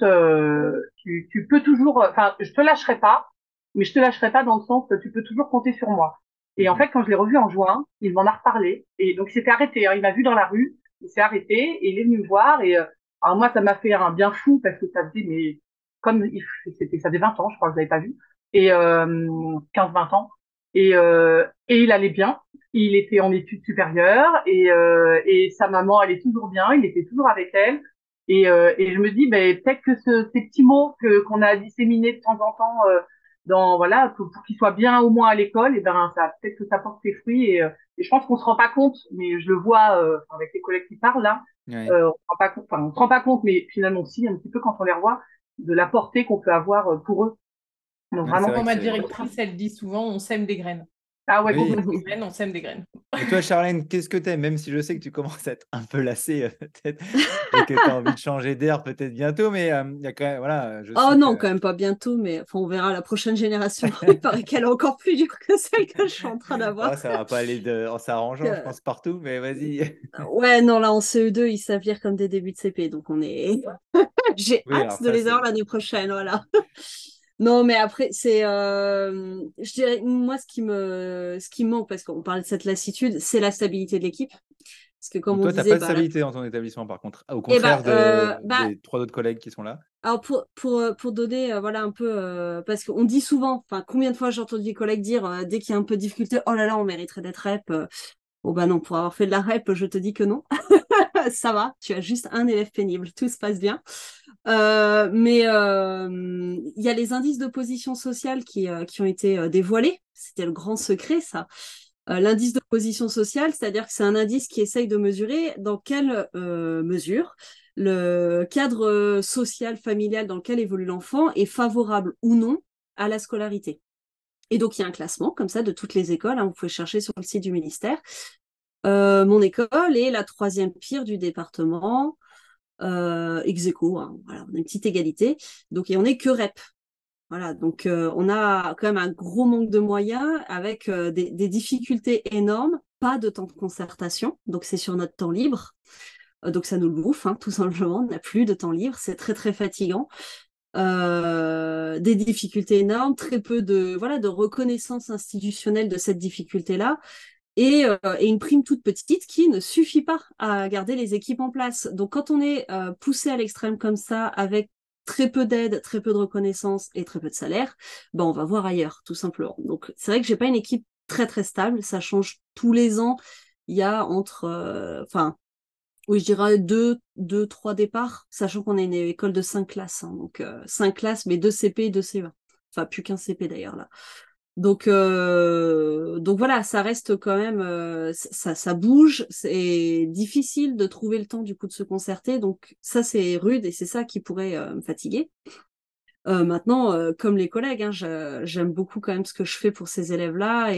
tu peux toujours, enfin, je te lâcherai pas, mais je te lâcherai pas dans le sens, tu peux toujours compter sur moi. Et en Mhm. fait, quand je l'ai revu en juin, il m'en a reparlé. Et donc, il s'était arrêté. Hein, il m'a vu dans la rue, il s'est arrêté et il est venu me voir. Et alors moi, ça m'a fait un bien fou parce que ça faisait, mais comme ça faisait 20 ans, je crois que je l'avais pas vu, et 15-20 ans. Et il allait bien. Il était en études supérieures et sa maman allait toujours bien. Il était toujours avec elle. Et je me dis, ben, peut-être que ces petits mots qu'on a disséminés de temps en temps voilà, pour qu'ils soient bien au moins à l'école, et ben ça peut-être que ça porte ses fruits. Et je pense qu'on se rend pas compte, mais je le vois avec les collègues qui parlent là. Ouais. On se rend pas compte, enfin, on se rend pas compte, mais finalement si un petit peu quand on les revoit, de la portée qu'on peut avoir pour eux. Donc Ouais, c'est vraiment. vrai Quand que ma c'est. directrice, elle dit souvent, on sème des graines. Ah ouais, Oui. complètement. Des graines, on sème des graines. Et toi, Charlène, qu'est-ce que t'aimes? Même si je sais que tu commences à être un peu lassée, peut-être, et que tu as envie de changer d'air peut-être bientôt, mais il y a quand même, voilà, je Oh sais non, que quand même pas bientôt, mais enfin, on verra la prochaine génération. Il paraît qu'elle est encore plus dure que celle que je suis en train d'avoir. ça va pas aller en s'arrangeant, je pense, partout, mais vas-y. Ouais, non, là, en CE2, ils savent lire comme des débuts de CP, donc on est... J'ai Oui, alors hâte de ça, les avoir c'est... l'année prochaine, voilà. Non, mais après, c'est, je dirais, moi, ce qui me manque, parce qu'on parlait de cette lassitude, c'est la stabilité de l'équipe. Parce que comme Donc on toi, tu n'as disait, pas de bah, stabilité dans ton établissement, par contre, au et bah, contraire bah, des 3 autres collègues qui sont là. alors pour donner, voilà, un peu, parce qu'on dit souvent, enfin, combien de fois j'ai entendu des collègues dire, dès qu'il y a un peu de difficulté, oh là là, on mériterait d'être rep. Oh bah non, pour avoir fait de la rep, je te dis que non. Ça va, tu as juste un élève pénible, tout se passe bien. Mais il y a les indices de position sociale qui ont été dévoilés. C'était le grand secret, ça. L'indice de position sociale, c'est-à-dire que c'est un indice qui essaye de mesurer dans quelle mesure le cadre social, familial dans lequel évolue l'enfant est favorable ou non à la scolarité. Et donc, il y a un classement comme ça de toutes les écoles. Hein, vous pouvez chercher sur le site du ministère. Mon école est la 3e pire du département, ex aequo, hein, voilà, on a une petite égalité. Donc, et on n'est que REP. Voilà, donc on a quand même un gros manque de moyens avec des difficultés énormes, pas de temps de concertation, donc c'est sur notre temps libre. Donc ça nous le bouffe, hein, tout simplement, on n'a plus de temps libre, c'est très très fatigant. Des difficultés énormes, très peu de, voilà, de reconnaissance institutionnelle de cette difficulté-là et une prime toute petite qui ne suffit pas à garder les équipes en place. Donc quand on est poussé à l'extrême comme ça, avec très peu d'aide, très peu de reconnaissance et très peu de salaire, ben on va voir ailleurs, tout simplement. Donc c'est vrai que j'ai pas une équipe très très stable, ça change tous les ans. Il y a entre, enfin, oui, je dirais trois départs, sachant qu'on est une école de 5 classes, hein, donc 5 classes, mais 2 CP et 2 CE1. Enfin, plus qu'un CP d'ailleurs là. Donc voilà, ça reste quand même, ça bouge, c'est difficile de trouver le temps du coup de se concerter, donc ça c'est rude et c'est ça qui pourrait me fatiguer. Maintenant, comme les collègues, hein, j'aime beaucoup quand même ce que je fais pour ces élèves-là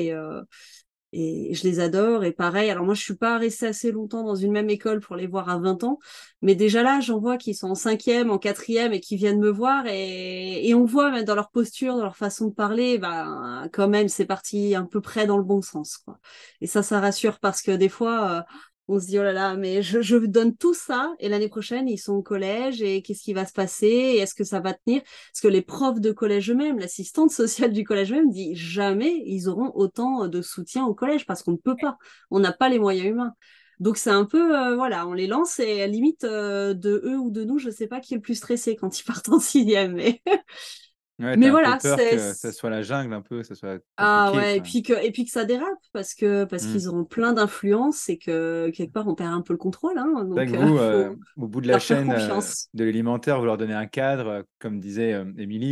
et je les adore. Et pareil, alors moi je suis pas restée assez longtemps dans une même école pour les voir à 20 ans, mais déjà là j'en vois qui sont en 5e, en 4e et qui viennent me voir et on voit même dans leur posture, dans leur façon de parler, bah quand même c'est parti à peu près dans le bon sens, quoi. Et ça rassure parce que des fois on se dit oh là là, mais je donne tout ça et l'année prochaine ils sont au collège et qu'est-ce qui va se passer et est-ce que ça va tenir? Parce que les profs de collège eux-mêmes, l'assistante sociale du collège même dit jamais ils auront autant de soutien au collège parce qu'on ne peut pas, on n'a pas les moyens humains. Donc c'est un peu, voilà, on les lance et à la limite de eux ou de nous, je sais pas qui est le plus stressé quand ils partent en 6e. Ouais, tu Mais as un peu voilà, peur c'est... que ça soit la jungle un peu, ça soit Ah compliqué, ouais, quoi. et puis que ça dérape parce Hmm. qu'ils auront plein d'influence et que quelque part on perd un peu le contrôle, hein, C'est vrai donc que vous, faut au bout de la leur faire chaîne confiance. de l'élémentaire, vous leur donnez un cadre, comme disait Émilie,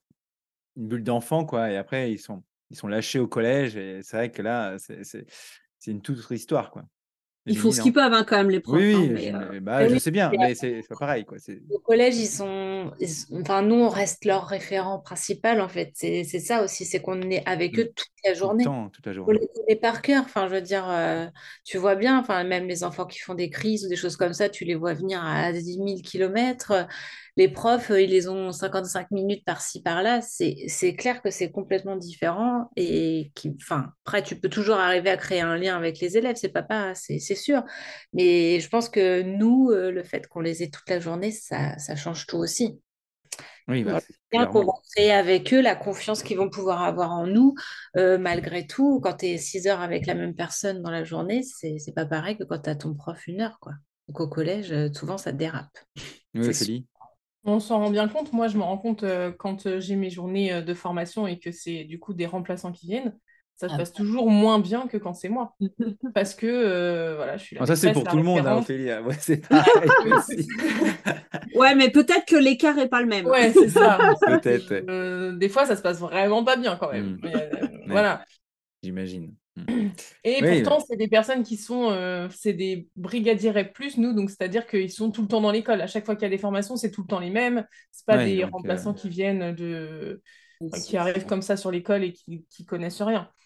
une bulle d'enfant, quoi. Et après, ils sont lâchés au collège. Et c'est vrai que là, c'est une toute autre histoire, quoi. Ils font Émilie, ce qu'ils non? peuvent hein, quand même les Oui, profs, hein, oui, mais bah, Mais je oui, sais bien, et mais c'est pas pareil, quoi. au collège, enfin, nous, on reste leur référent principal, en fait. C'est ça aussi, c'est qu'on est avec Mm. eux toute la Tout le journée. temps, toute la On journée. les connaît par cœur. Enfin, je veux dire, tu vois bien, enfin, même les enfants qui font des crises ou des choses comme ça, tu les vois venir à 10 000 kilomètres. Les profs, ils les ont 55 minutes par-ci, par-là. C'est clair que c'est complètement différent. Enfin, après, tu peux toujours arriver à créer un lien avec les élèves, c'est sûr. Mais je pense que nous, le fait qu'on les ait toute la journée, ça change tout aussi. Oui, Dans bah, le lien qu'on va clairement. créer avec eux, la confiance qu'ils vont pouvoir avoir en nous, malgré tout, quand tu es 6 heures avec la même personne dans la journée, c'est pas pareil que quand tu as ton prof 1 heure, quoi. Donc au collège, souvent ça dérape. Oui, C'est sûr. Ophélie. On s'en rend bien compte. Moi, je me rends compte quand j'ai mes journées de formation et que c'est du coup des remplaçants qui viennent, ça se Ah, passe toujours moins bien que quand c'est moi. Parce que voilà, je suis la Bon, ça, c'est maîtresse, pour la tout le monde, hein, référente. Ophélie. Ah, ouais, c'est pareil Oui, aussi. ouais, mais peut-être que l'écart est pas le même. ouais, c'est ça. Peut-être, ouais. Des fois, ça se passe vraiment pas bien quand même. Mm. Ouais, Voilà. j'imagine. Mm. Et Oui, pourtant, c'est des personnes qui sont, c'est des brigadiers REP+, nous, donc c'est-à-dire qu'ils sont tout le temps dans l'école. À chaque fois qu'il y a des formations, c'est tout le temps les mêmes. C'est pas ouais, des donc, remplaçants qui viennent enfin, qui arrivent comme ça sur l'école et qui connaissent rien.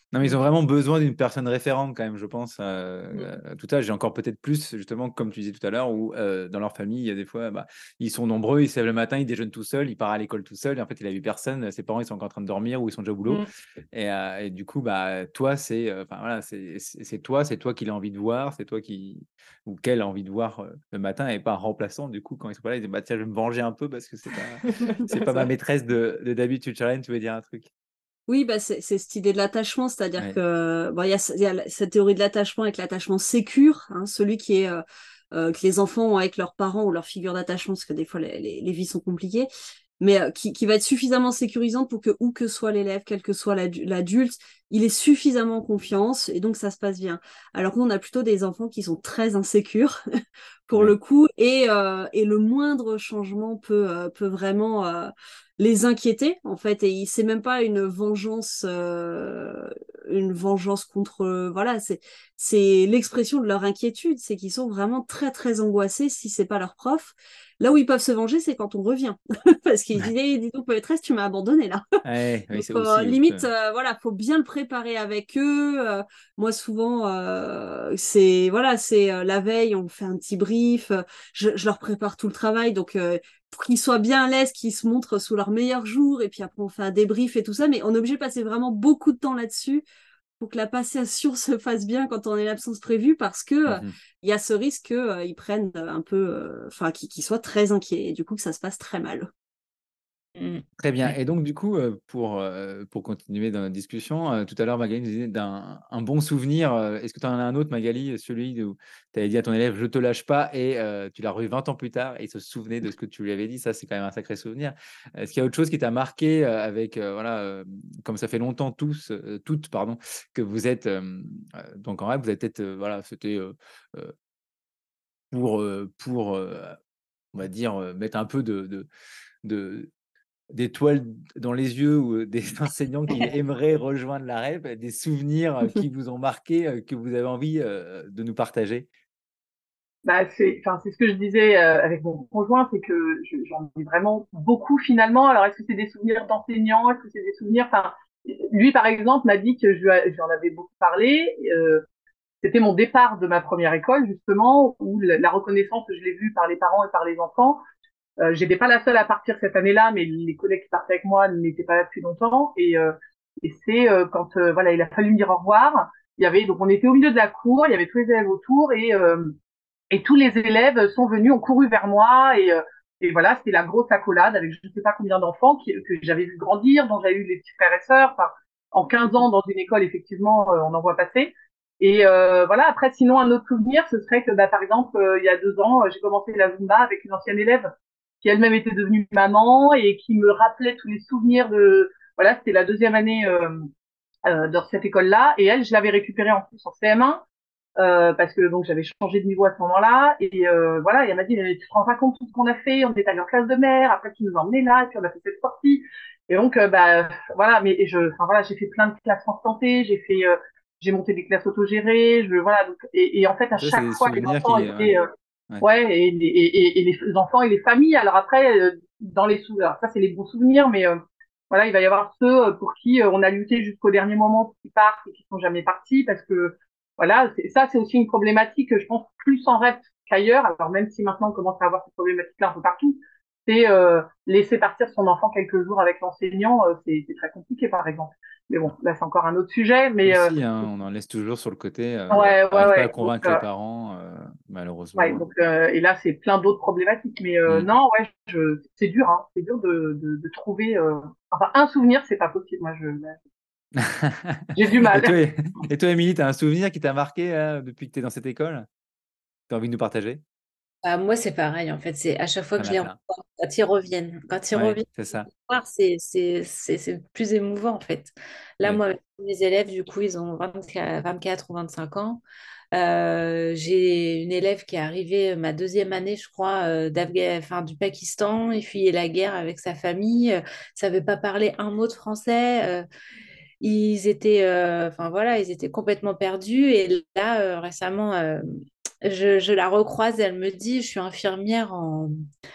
Non, mais ils ont Donc, vraiment besoin d'une personne référente quand même, je pense. mm, Tout à j'ai encore peut-être plus, justement, comme tu disais tout à l'heure, où dans leur famille, il y a des fois, bah, ils sont nombreux, ils se lèvent le matin, ils déjeunent tout seuls, ils partent à l'école tout seul, et en fait, il a vu personne, ses parents, ils sont encore en train de dormir ou ils sont déjà au boulot. Mm. Et du coup, bah, toi, enfin, voilà, c'est toi qu'il a envie de voir, c'est toi qui, ou qu'elle a envie de voir le matin, et pas un remplaçant. Du coup, quand ils sont pas là, ils disent, bah, tiens, je vais me venger un peu parce que c'est C'est pas ma ça. maîtresse d'habitude. Charlène, tu veux dire un truc? oui, bah c'est cette idée de l'attachement, c'est-à-dire Ouais, que bon, il y a cette théorie de l'attachement avec l'attachement sécure, hein, celui qui est que les enfants ont avec leurs parents ou leur figure d'attachement, parce que des fois les vies sont compliquées, mais qui va être suffisamment sécurisante pour que où que soit l'élève, quel que soit l'adulte, il ait suffisamment confiance et donc ça se passe bien. Alors que nous, on a plutôt des enfants qui sont très insécures pour ouais. le coup, et le moindre changement peut vraiment les inquiéter, en fait, et c'est même pas une vengeance contre, voilà, c'est l'expression de leur inquiétude, c'est qu'ils sont vraiment très, très angoissés si c'est pas leur prof. Là où ils peuvent se venger, c'est quand on revient, parce qu'ils disent, eh, dis donc, maîtresse, tu m'as abandonné là. Ouais, oui, Donc, c'est aussi limite, voilà, faut bien le préparer avec eux. Moi, souvent, c'est voilà, c'est la veille, on fait un petit brief. Je leur prépare tout le travail, donc pour qu'ils soient bien à l'aise, qu'ils se montrent sous leur meilleur jour, et puis après on fait un débrief et tout ça. Mais on est obligé de passer vraiment beaucoup de temps là-dessus pour que la passation se fasse bien quand on est l'absence prévue, parce que Mhm. il y a ce risque qu'ils prennent un peu, enfin, qu'ils soient très inquiets, et du coup que ça se passe très mal. Mm. Très bien. Ouais. Et donc, du coup, pour continuer dans notre discussion, tout à l'heure, Magali nous disait d'un un bon souvenir. Est-ce que tu en as un autre, Magali, celui où tu avais dit à ton élève, je te lâche pas, et tu l'as revu 20 ans plus tard et il se souvenait de ce que tu lui avais dit? Ça, c'est quand même un sacré souvenir. Est-ce qu'il y a autre chose qui t'a marqué avec, voilà, comme ça fait longtemps toutes, pardon, que vous êtes donc en rêve, vous êtes peut-être, voilà, c'était euh, pour on va dire, mettre un peu de d'étoiles dans les yeux ou des enseignants qui aimeraient rejoindre la REP, des souvenirs qui vous ont marqué, que vous avez envie de nous partager? Bah, enfin, c'est ce que je disais avec mon conjoint, c'est que j'en ai vraiment beaucoup finalement. Alors, est-ce que c'est des souvenirs d'enseignants? Est-ce que c'est des souvenirs, enfin, lui, par exemple, m'a dit que j'en avais beaucoup parlé. C'était mon départ de ma première école, justement, où la reconnaissance, je l'ai vue par les parents et par les enfants. J'étais pas la seule à partir cette année-là, mais les collègues qui partaient avec moi n'étaient pas là depuis longtemps. Et c'est quand voilà, il a fallu me dire au revoir. Il y avait donc on était au milieu de la cour, il y avait tous les élèves autour et tous les élèves sont venus, ont couru vers moi et voilà, c'était la grosse accolade avec je ne sais pas combien d'enfants que j'avais vu grandir, dont j'avais eu les petits frères et sœurs. Enfin, en 15 ans dans une école, effectivement, on en voit passer. Et voilà, après, sinon, un autre souvenir, ce serait que, bah, par exemple, il y a 2 ans, j'ai commencé la Zumba avec une ancienne élève qui elle-même était devenue maman et qui me rappelait tous les souvenirs de... Voilà, c'était la deuxième année dans cette école-là. Et elle, je l'avais récupérée en plus en CM1 parce que donc j'avais changé de niveau à ce moment-là. Et voilà, et elle m'a dit, mais tu te rends pas compte de tout ce qu'on a fait? On est allé en classe de mer, après tu nous as emmenés là, et puis on a fait cette sortie. Et donc, bah, voilà, enfin voilà, j'ai fait plein de classes en santé, j'ai monté des classes autogérées, voilà, donc, et en fait, à Ça, c'est chaque des fois, les souvenirs enfants qui étaient, ouais. ouais, et les enfants et les familles. Alors après, dans les souvenirs, ça c'est les bons souvenirs, mais voilà, il va y avoir ceux pour qui on a lutté jusqu'au dernier moment pour qu'ils partent et qui sont jamais partis parce que voilà, ça c'est aussi une problématique, je pense, plus en REP qu'ailleurs. Alors même si maintenant on commence à avoir cette problématique-là un peu partout, c'est laisser partir son enfant quelques jours avec l'enseignant, c'est très compliqué par exemple. Mais bon, là c'est encore un autre sujet, mais Aussi, hein, on en laisse toujours sur le côté, ouais, on ouais, n'arrive pas à ouais. Donc, convaincre les parents, ouais, malheureusement. donc et là c'est plein d'autres problématiques. Mais Mmh. non, ouais, c'est dur, hein, c'est dur de trouver. Enfin, un souvenir, c'est pas possible. Moi, j'ai du Et toi, mal. Émilie, tu as un souvenir qui t'a marqué depuis que tu es dans cette école? Tu as envie de nous partager? Bah, moi, c'est pareil, en fait. C'est à chaque fois Il que y je en a les plein. revois, quand ils reviennent. Quand ils Ouais, reviennent, c'est ça. voir, c'est plus émouvant, en fait. Là, Oui. moi, mes élèves, du coup, ils ont 24 ou 25 ans. J'ai une élève qui est arrivée ma deuxième année, je crois, enfin, du Pakistan. Il fuyait la guerre avec sa famille. Savait pas parler un mot de français. Ils étaient, enfin voilà, ils étaient complètement perdus. Et là, récemment, je la recroise. Elle me dit, je suis infirmière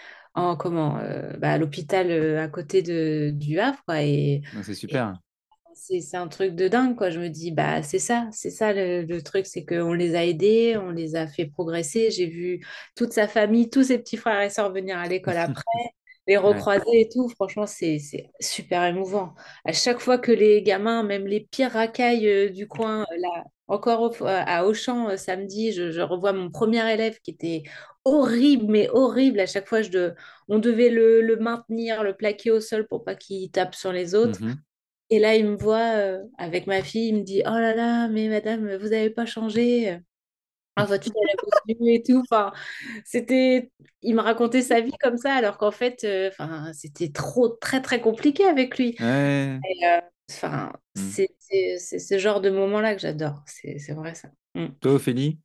à l'hôpital à côté du Havre, quoi. Donc c'est Et super. c'est un truc de dingue, quoi. Je me dis, bah, c'est ça le truc, c'est qu'on les a aidés, on les a fait progresser. J'ai vu toute sa famille, tous ses petits frères et sœurs venir à l'école après, les Ouais. recroiser et tout. Franchement, c'est super émouvant. À chaque fois que les gamins, même les pires racailles du coin, là, encore à Auchan, samedi, je revois mon premier élève qui était horrible, mais horrible. À chaque fois, on devait le maintenir, le plaquer au sol pour pas qu'il tape sur les autres. Mhm. Et là, il me voit avec ma fille, il me dit, oh là là, mais madame, vous n'avez pas changé. Ah, votre fille, elle a postulé et tout. Enfin, c'était... Il me racontait sa vie comme ça, alors qu'en fait, enfin, c'était très, très compliqué avec lui. Ouais. Et, enfin, Mm. c'est ce genre de moment-là que j'adore. C'est vrai, ça. Mm. Toi, Ophélie?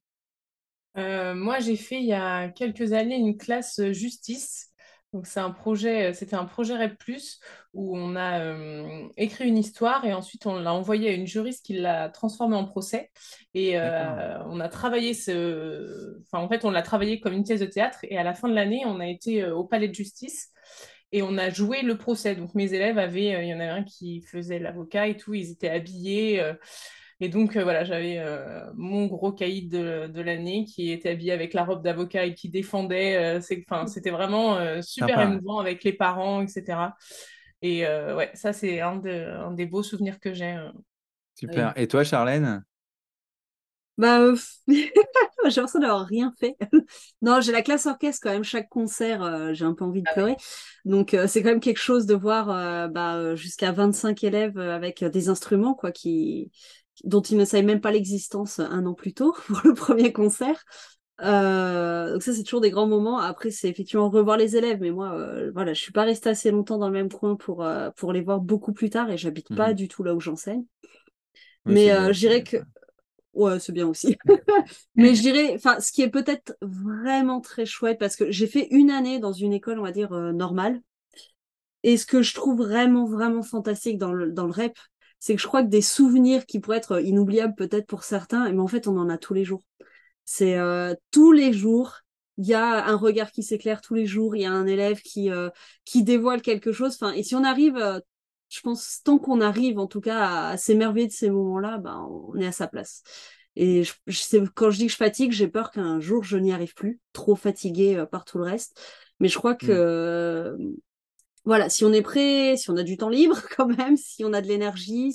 Moi, j'ai fait il y a quelques années une classe justice. Donc, c'était un projet REP+, où on a écrit une histoire et ensuite on l'a envoyé à une juriste qui l'a transformée en procès. Et D'accord. on a travaillé enfin, en fait, on l'a travaillé comme une pièce de théâtre. Et à la fin de l'année, on a été au palais de justice et on a joué le procès. Donc, mes élèves il y en avait un qui faisait l'avocat et tout, ils étaient habillés. Et donc, voilà, j'avais mon gros caïd de l'année qui était habillé avec la robe d'avocat et qui défendait. Enfin, c'était vraiment super Sympa. émouvant avec les parents, etc. Et ouais, ça, c'est un des beaux souvenirs que j'ai. Super. Oui. Et toi, Charlène? Bah, j'ai l'impression d'avoir rien fait. Non, j'ai la classe orchestre quand même. Chaque concert, j'ai un peu envie de Ah ouais. pleurer. Donc, c'est quand même quelque chose de voir jusqu'à 25 élèves avec des instruments quoi, dont ils ne savaient même pas l'existence un an plus tôt pour le premier concert. Donc ça, c'est toujours des grands moments. Après, c'est effectivement revoir les élèves. Mais moi, voilà, je suis pas restée assez longtemps dans le même coin pour les voir beaucoup plus tard et j'habite pas Mhm. du tout là où j'enseigne. Oui, Mais c'est bien je aussi. dirais que ouais, c'est bien aussi. Mais je dirais, enfin, ce qui est peut-être vraiment très chouette, parce que j'ai fait une année dans une école, on va dire, normale. Et ce que je trouve vraiment, vraiment fantastique dans le rep, c'est que je crois que des souvenirs qui pourraient être inoubliables peut-être pour certains, mais en fait, on en a tous les jours. C'est tous les jours, il y a un regard qui s'éclaire tous les jours, il y a un élève qui dévoile quelque chose. Enfin, et si on arrive, je pense, tant qu'on arrive en tout cas à s'émerveiller de ces moments-là, ben, on est à sa place. Et quand je dis que je fatigue, j'ai peur qu'un jour je n'y arrive plus, trop fatiguée par tout le reste. Mais je crois que Mm. voilà, si on est prêt, si on a du temps libre quand même, si on a de l'énergie,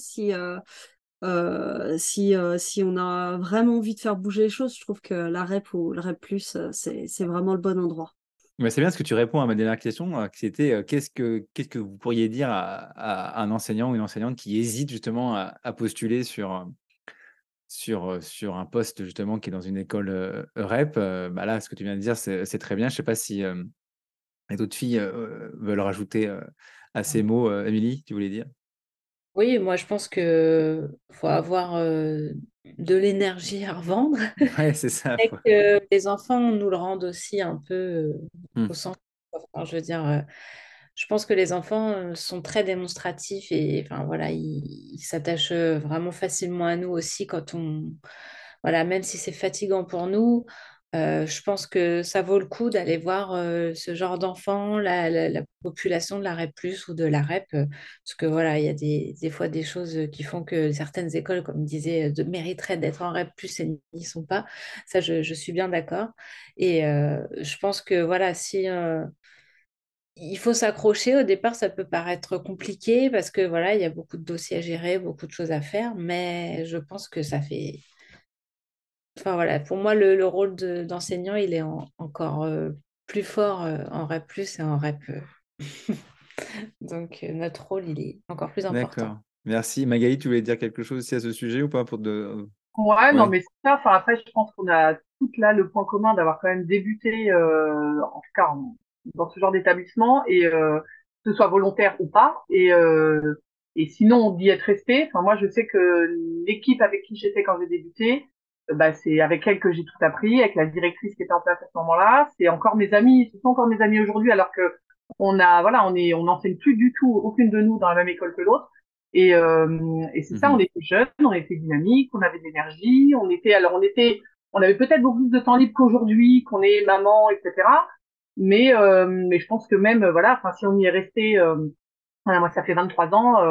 si on a vraiment envie de faire bouger les choses, je trouve que la REP ou le REP+, c'est vraiment le bon endroit. Mais c'est bien ce que tu réponds à ma dernière question, qui c'était qu'est-ce que vous pourriez dire à un enseignant ou une enseignante qui hésite justement à postuler sur un poste justement qui est dans une école REP. Bah là, ce que tu viens de dire, c'est très bien. Je sais pas si les autres filles veulent rajouter à ces mots. Émilie, tu voulais dire? Oui, moi, je pense que faut avoir de l'énergie à revendre. Ouais, c'est ça. Et que les enfants nous le rendent aussi un peu au Hmm. sens. Enfin, je veux dire, je pense que les enfants sont très démonstratifs et enfin voilà, ils s'attachent vraiment facilement à nous aussi quand voilà, même si c'est fatigant pour nous, je pense que ça vaut le coup d'aller voir ce genre d'enfants, la population de la REP+, ou de la REP, parce que voilà, il y a des fois des choses qui font que certaines écoles, comme disait, mériteraient d'être en REP+, et n'y sont pas. Ça, je suis bien d'accord. Et je pense que voilà, si il faut s'accrocher. Au départ, ça peut paraître compliqué parce que voilà, il y a beaucoup de dossiers à gérer, beaucoup de choses à faire, mais je pense que ça fait. Enfin voilà, pour moi, le rôle d'enseignant, il est encore plus fort en REP+ et en REP. Donc notre rôle, il est encore plus important. D'accord. Merci. Magali, tu voulais dire quelque chose aussi à ce sujet ou pas pour de... Ouais, non, Ouais. mais c'est ça. Enfin, après, je pense qu'on a toutes là le point commun d'avoir quand même débuté, en tout cas, dans ce genre d'établissement, et que ce soit volontaire ou pas. Et sinon, d'y être resté. Enfin, moi, je sais que l'équipe avec qui j'étais quand j'ai débuté, bah, c'est avec elle que j'ai tout appris, avec la directrice qui était en place à ce moment-là. C'est encore mes amis, ce sont encore mes amis aujourd'hui, alors que voilà, on n'enseigne plus du tout, aucune de nous dans la même école que l'autre. Et c'est ça, on Mhm. était jeunes, on était dynamiques, on avait de l'énergie, on avait peut-être beaucoup plus de temps libre qu'aujourd'hui, qu'on est maman, etc. Mais je pense que même, voilà, enfin, si on y est resté, voilà, moi, ça fait 23 ans,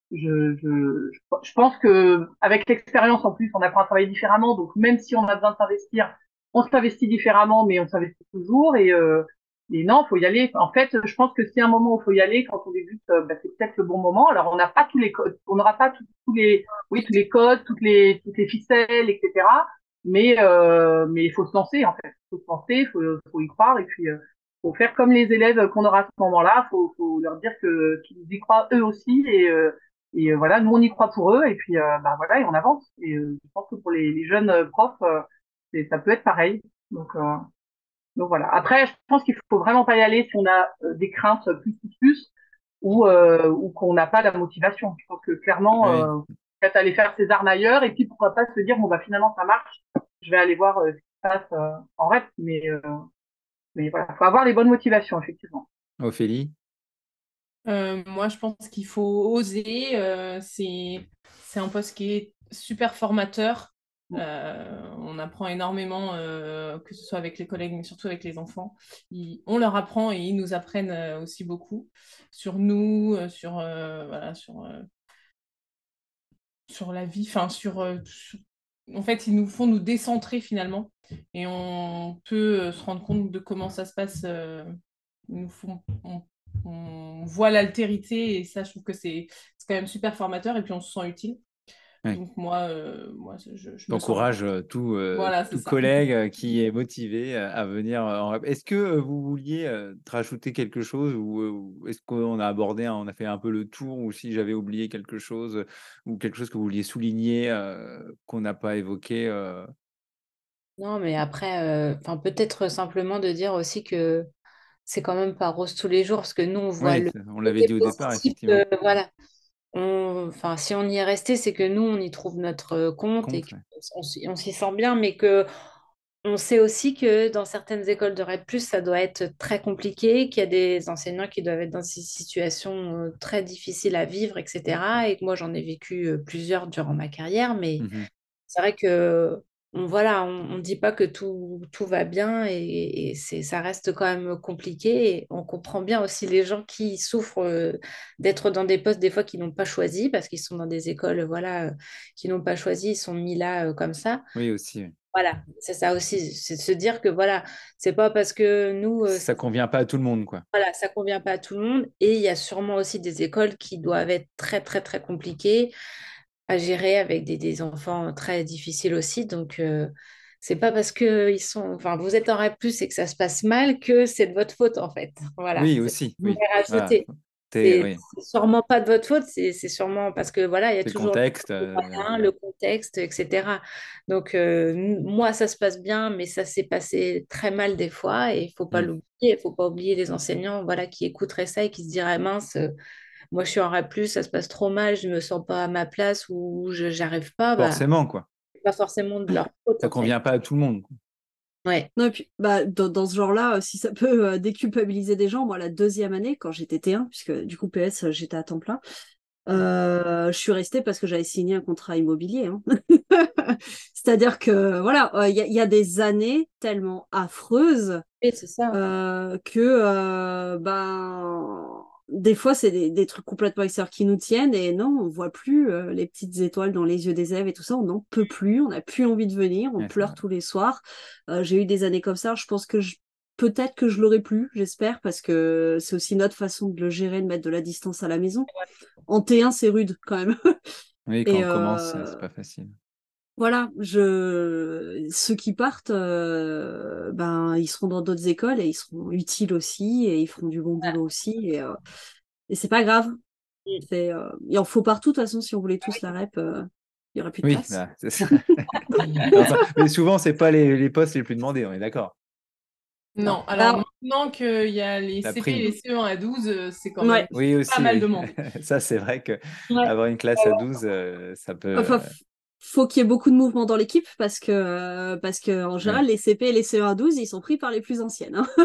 je pense que avec l'expérience en plus, on apprend à travailler différemment. Donc même si on a besoin de s'investir, on s'investit différemment, mais on s'investit toujours. Et non, faut y aller. En fait, je pense que c'est un moment où faut y aller quand on débute. Bah, c'est peut-être le bon moment. Alors on n'a pas tous les codes, on n'aura pas tous les, oui, tous les codes, toutes les ficelles, etc. Mais il faut se lancer en fait. Il faut se lancer, faut y croire et puis faut faire comme les élèves qu'on aura à ce moment-là. Faut leur dire que qu'ils y croient eux aussi et voilà, nous on y croit pour eux et puis bah voilà et on avance. Et je pense que pour les jeunes profs, ça peut être pareil. Donc euh, donc voilà. Après, je pense qu'il faut vraiment pas y aller si on a des craintes plus ou qu'on n'a pas la motivation. Je pense que clairement, Oui. peut-être aller faire ses armes ailleurs et puis pourquoi pas se dire bon bah finalement ça marche, je vais aller voir ce qui se passe en rep. Mais voilà, faut avoir les bonnes motivations effectivement. Ophélie? Moi, je pense qu'il faut oser. C'est un poste qui est super formateur. On apprend énormément, que ce soit avec les collègues, mais surtout avec les enfants. On leur apprend et ils nous apprennent aussi beaucoup sur nous, voilà, sur la vie, enfin, en fait, ils nous font nous décentrer finalement. Et on peut se rendre compte de comment ça se passe. Ils nous font, on voit l'altérité et ça, je trouve que c'est quand même super formateur et puis on se sent utile. Oui. Donc moi je me sens... T'encourages Voilà, c'est tout ça. collègue qui est motivé à venir en rep. Est-ce que vous vouliez te rajouter quelque chose ou est-ce qu'on a abordé, on a fait un peu le tour ou si j'avais oublié quelque chose ou quelque chose que vous vouliez souligner qu'on n'a pas évoqué Non, mais après, enfin, peut-être simplement de dire aussi que c'est quand même pas rose tous les jours, parce que nous, on voit Oui, le on l'avait côté dit au départ, positif, effectivement. voilà. Enfin, si on y est resté, c'est que nous, on y trouve notre compte et Compte, ouais. on s'y sent bien, mais que on sait aussi que dans certaines écoles de REP+, ça doit être très compliqué, qu'il y a des enseignants qui doivent être dans ces situations très difficiles à vivre, etc. Et que moi, j'en ai vécu plusieurs durant ma carrière, mais Mhm. c'est vrai que voilà, on ne dit pas que tout va bien et ça reste quand même compliqué. Et on comprend bien aussi les gens qui souffrent d'être dans des postes des fois qu'ils n'ont pas choisi parce qu'ils sont dans des écoles voilà, qui n'ont pas choisi, ils sont mis là comme ça. Oui, aussi. Oui. Voilà, c'est ça aussi, c'est de se dire que voilà, c'est pas parce que nous, Ça convient pas à tout le monde, quoi. voilà, ça convient pas à tout le monde. Et il y a sûrement aussi des écoles qui doivent être très, très, très compliquées à gérer avec des enfants très difficiles aussi. Donc, c'est pas parce que ils sont, enfin, vous êtes en REP+, et que ça se passe mal que c'est de votre faute, en fait. Voilà, Oui, c'est ce que aussi, je oui. voulais Voilà. rajouter. C'est Oui. c'est sûrement pas de votre faute, c'est sûrement parce que voilà, il y a C'est le toujours contexte. le moyen, le contexte, etc. Donc, moi, ça se passe bien, mais ça s'est passé très mal des fois et il faut pas Mm. l'oublier. Il faut pas oublier les enseignants voilà, qui écouteraient ça et qui se diraient mince, moi, je suis en RAP+, ça se passe trop mal, je me sens pas à ma place ou je j'arrive pas, bah, Forcément, quoi. c'est pas forcément de leur faute, Ça en fait. convient pas à tout le monde, quoi. Ouais. Non, et puis, bah, dans ce genre-là, si ça peut déculpabiliser des gens, moi, la deuxième année, quand j'étais T1, puisque du coup, PS, j'étais à temps plein, je suis restée parce que j'avais signé un contrat immobilier. Hein. C'est-à-dire que, voilà, il y a des années tellement affreuses Oui, c'est ça. que ben des fois c'est des trucs complètement extérieurs qui nous tiennent et non on voit plus les petites étoiles dans les yeux des élèves et tout ça on n'en peut plus on n'a plus envie de venir on Ouais, c'est pleure vrai. tous les soirs. J'ai eu des années comme ça je pense que peut-être que je l'aurais plus j'espère parce que c'est aussi notre façon de le gérer de mettre de la distance à la maison en T1 c'est rude quand même. Oui, quand Et on commence, c'est pas facile. voilà, ceux qui partent, ben, ils seront dans d'autres écoles et ils seront utiles aussi et ils feront du bon boulot aussi et c'est pas grave. Mm. Il en faut partout de toute façon. Si on voulait tous la rep, il y aurait plus de Oui, place. bah, c'est ça. Enfin, mais souvent, c'est pas les postes les plus demandés, on est d'accord. Non. Non, alors Alors, maintenant qu'il y a les La CP et prime. les CE1 à 12, c'est quand même ouais. Oui, pas aussi, mal oui. demandé. Ça, c'est vrai que Ouais. avoir une classe à 12, ça peut. Enfin, faut qu'il y ait beaucoup de mouvement dans l'équipe parce que en Oui. général, les CP et les CE1 à 12, ils sont pris par les plus anciennes. Hein.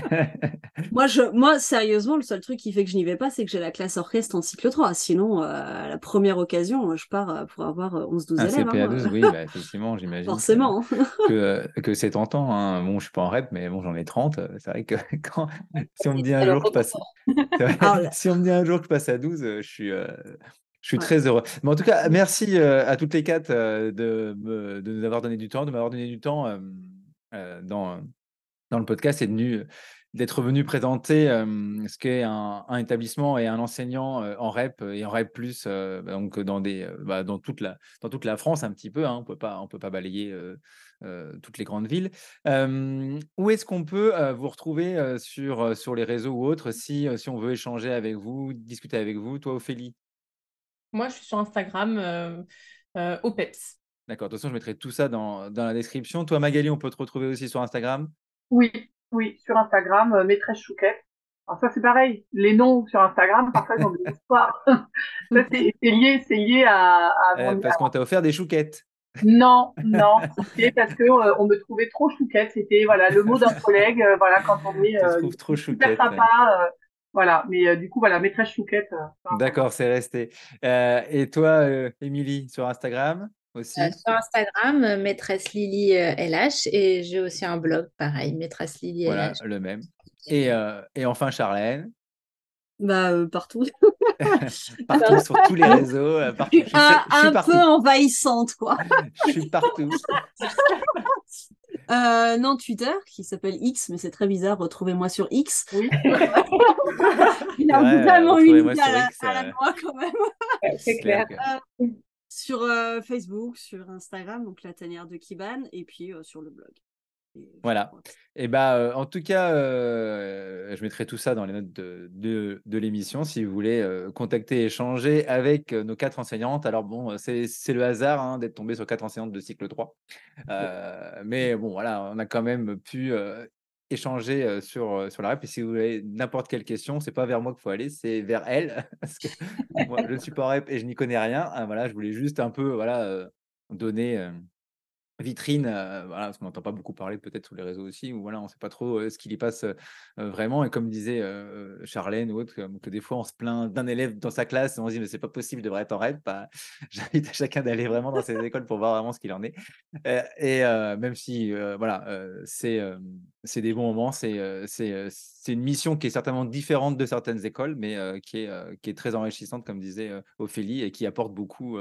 Moi, sérieusement, le seul truc qui fait que je n'y vais pas, c'est que j'ai la classe orchestre en cycle 3. Sinon, à la première occasion, je pars pour avoir 11-12 Un élèves. CP à Hein. 12, oui, bah, effectivement, j'imagine Forcément. Hein. que c'est tentant. Hein. Bon, je suis pas en rep, mais bon, j'en ai 30. C'est vrai que si on me dit un Alors, jour que je passe, c'est vrai, Alors, si on me dit un jour que je passe à 12, je suis, Je suis Ouais. très heureux. Mais en tout cas, merci à toutes les quatre de nous avoir donné du temps, de m'avoir donné du temps dans le podcast et d'être venu présenter ce qu'est un établissement et un enseignant en REP et en REP+, donc dans toute la France un petit peu, hein, on peut pas balayer toutes les grandes villes. Où est-ce qu'on peut vous retrouver sur les réseaux ou autres si on veut échanger avec vous, discuter avec vous, toi Ophélie? Moi, je suis sur Instagram, OPEPS. D'accord, de toute façon, je mettrai tout ça dans la description. Toi, Magali, on peut te retrouver aussi sur Instagram? Oui, oui, sur Instagram, maîtresse Chouquette. Alors ça, c'est pareil. Les noms sur Instagram, parfois, ils ont des histoires. Ça, c'est lié Parce qu'on t'a offert des chouquettes. Non, non, c'était parce que on me trouvait trop chouquette. C'était voilà le mot d'un collègue. Voilà, quand on est Je te trouve trop super chouquette. sympa. Voilà, mais du coup, voilà, maîtresse chouquette. Sur Instagram. D'accord, c'est resté. Et toi, Émilie, sur Instagram aussi? Sur Instagram, maîtresse Lily LH, et j'ai aussi un blog, pareil, maîtresse Lily Voilà, LH. le même. Et enfin, Charlène, Bah, partout. partout, sur tous les réseaux, partout. Je suis Un peu partout. envahissante, quoi. Je suis partout. Non, Twitter, qui s'appelle X, mais c'est très bizarre, retrouvez-moi sur X. Oui, Il a vrai, vraiment une retrouvez-moi idée sur à X, la noix, quand même. c'est clair. Sur Facebook, sur Instagram, donc la tanière de Kiban, et puis sur le blog. Voilà. Et en tout cas, je mettrai tout ça dans les notes de l'émission si vous voulez contacter, échanger avec nos 4 enseignantes. Alors bon, c'est le hasard hein, d'être tombé sur 4 enseignantes de cycle 3. Mais bon, voilà, on a quand même pu échanger sur la REP. Et si vous avez n'importe quelle question, c'est pas vers moi qu'il faut aller, c'est vers elles. Parce que moi, je ne suis pas en REP et je n'y connais rien. Voilà, je voulais juste un peu donner vitrine, voilà, parce qu'on n'entend pas beaucoup parler peut-être sur les réseaux aussi, ou voilà, on ne sait pas trop ce qu'il y passe vraiment. Et comme disait Charlène ou autre, que des fois on se plaint d'un élève dans sa classe et on se dit mais c'est pas possible, il devrait être en REP. J'invite à chacun d'aller vraiment dans ces écoles pour voir vraiment ce qu'il en est. Même si voilà, c'est des bons moments, c'est une mission qui est certainement différente de certaines écoles, mais qui est très enrichissante, comme disait Ophélie, et qui apporte beaucoup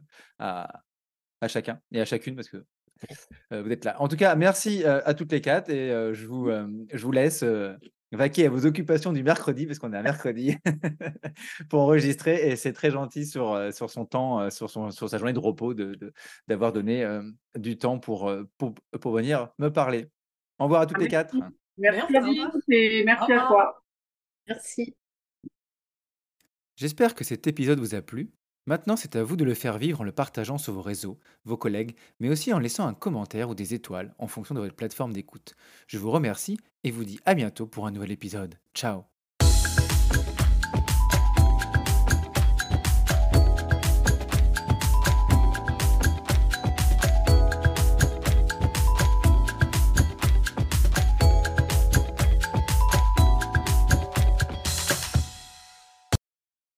à chacun et à chacune parce que vous êtes là. En tout cas, merci à toutes les 4 et je vous laisse vaquer à vos occupations du mercredi parce qu'on est un mercredi pour enregistrer et c'est très gentil sur son temps, sur sa journée de repos d'avoir donné du temps pour venir me parler. Au revoir à toutes les 4. Merci Merci. à vous et merci Au à revoir. toi. Merci. J'espère que cet épisode vous a plu. Maintenant, c'est à vous de le faire vivre en le partageant sur vos réseaux, vos collègues, mais aussi en laissant un commentaire ou des étoiles en fonction de votre plateforme d'écoute. Je vous remercie et vous dis à bientôt pour un nouvel épisode. Ciao!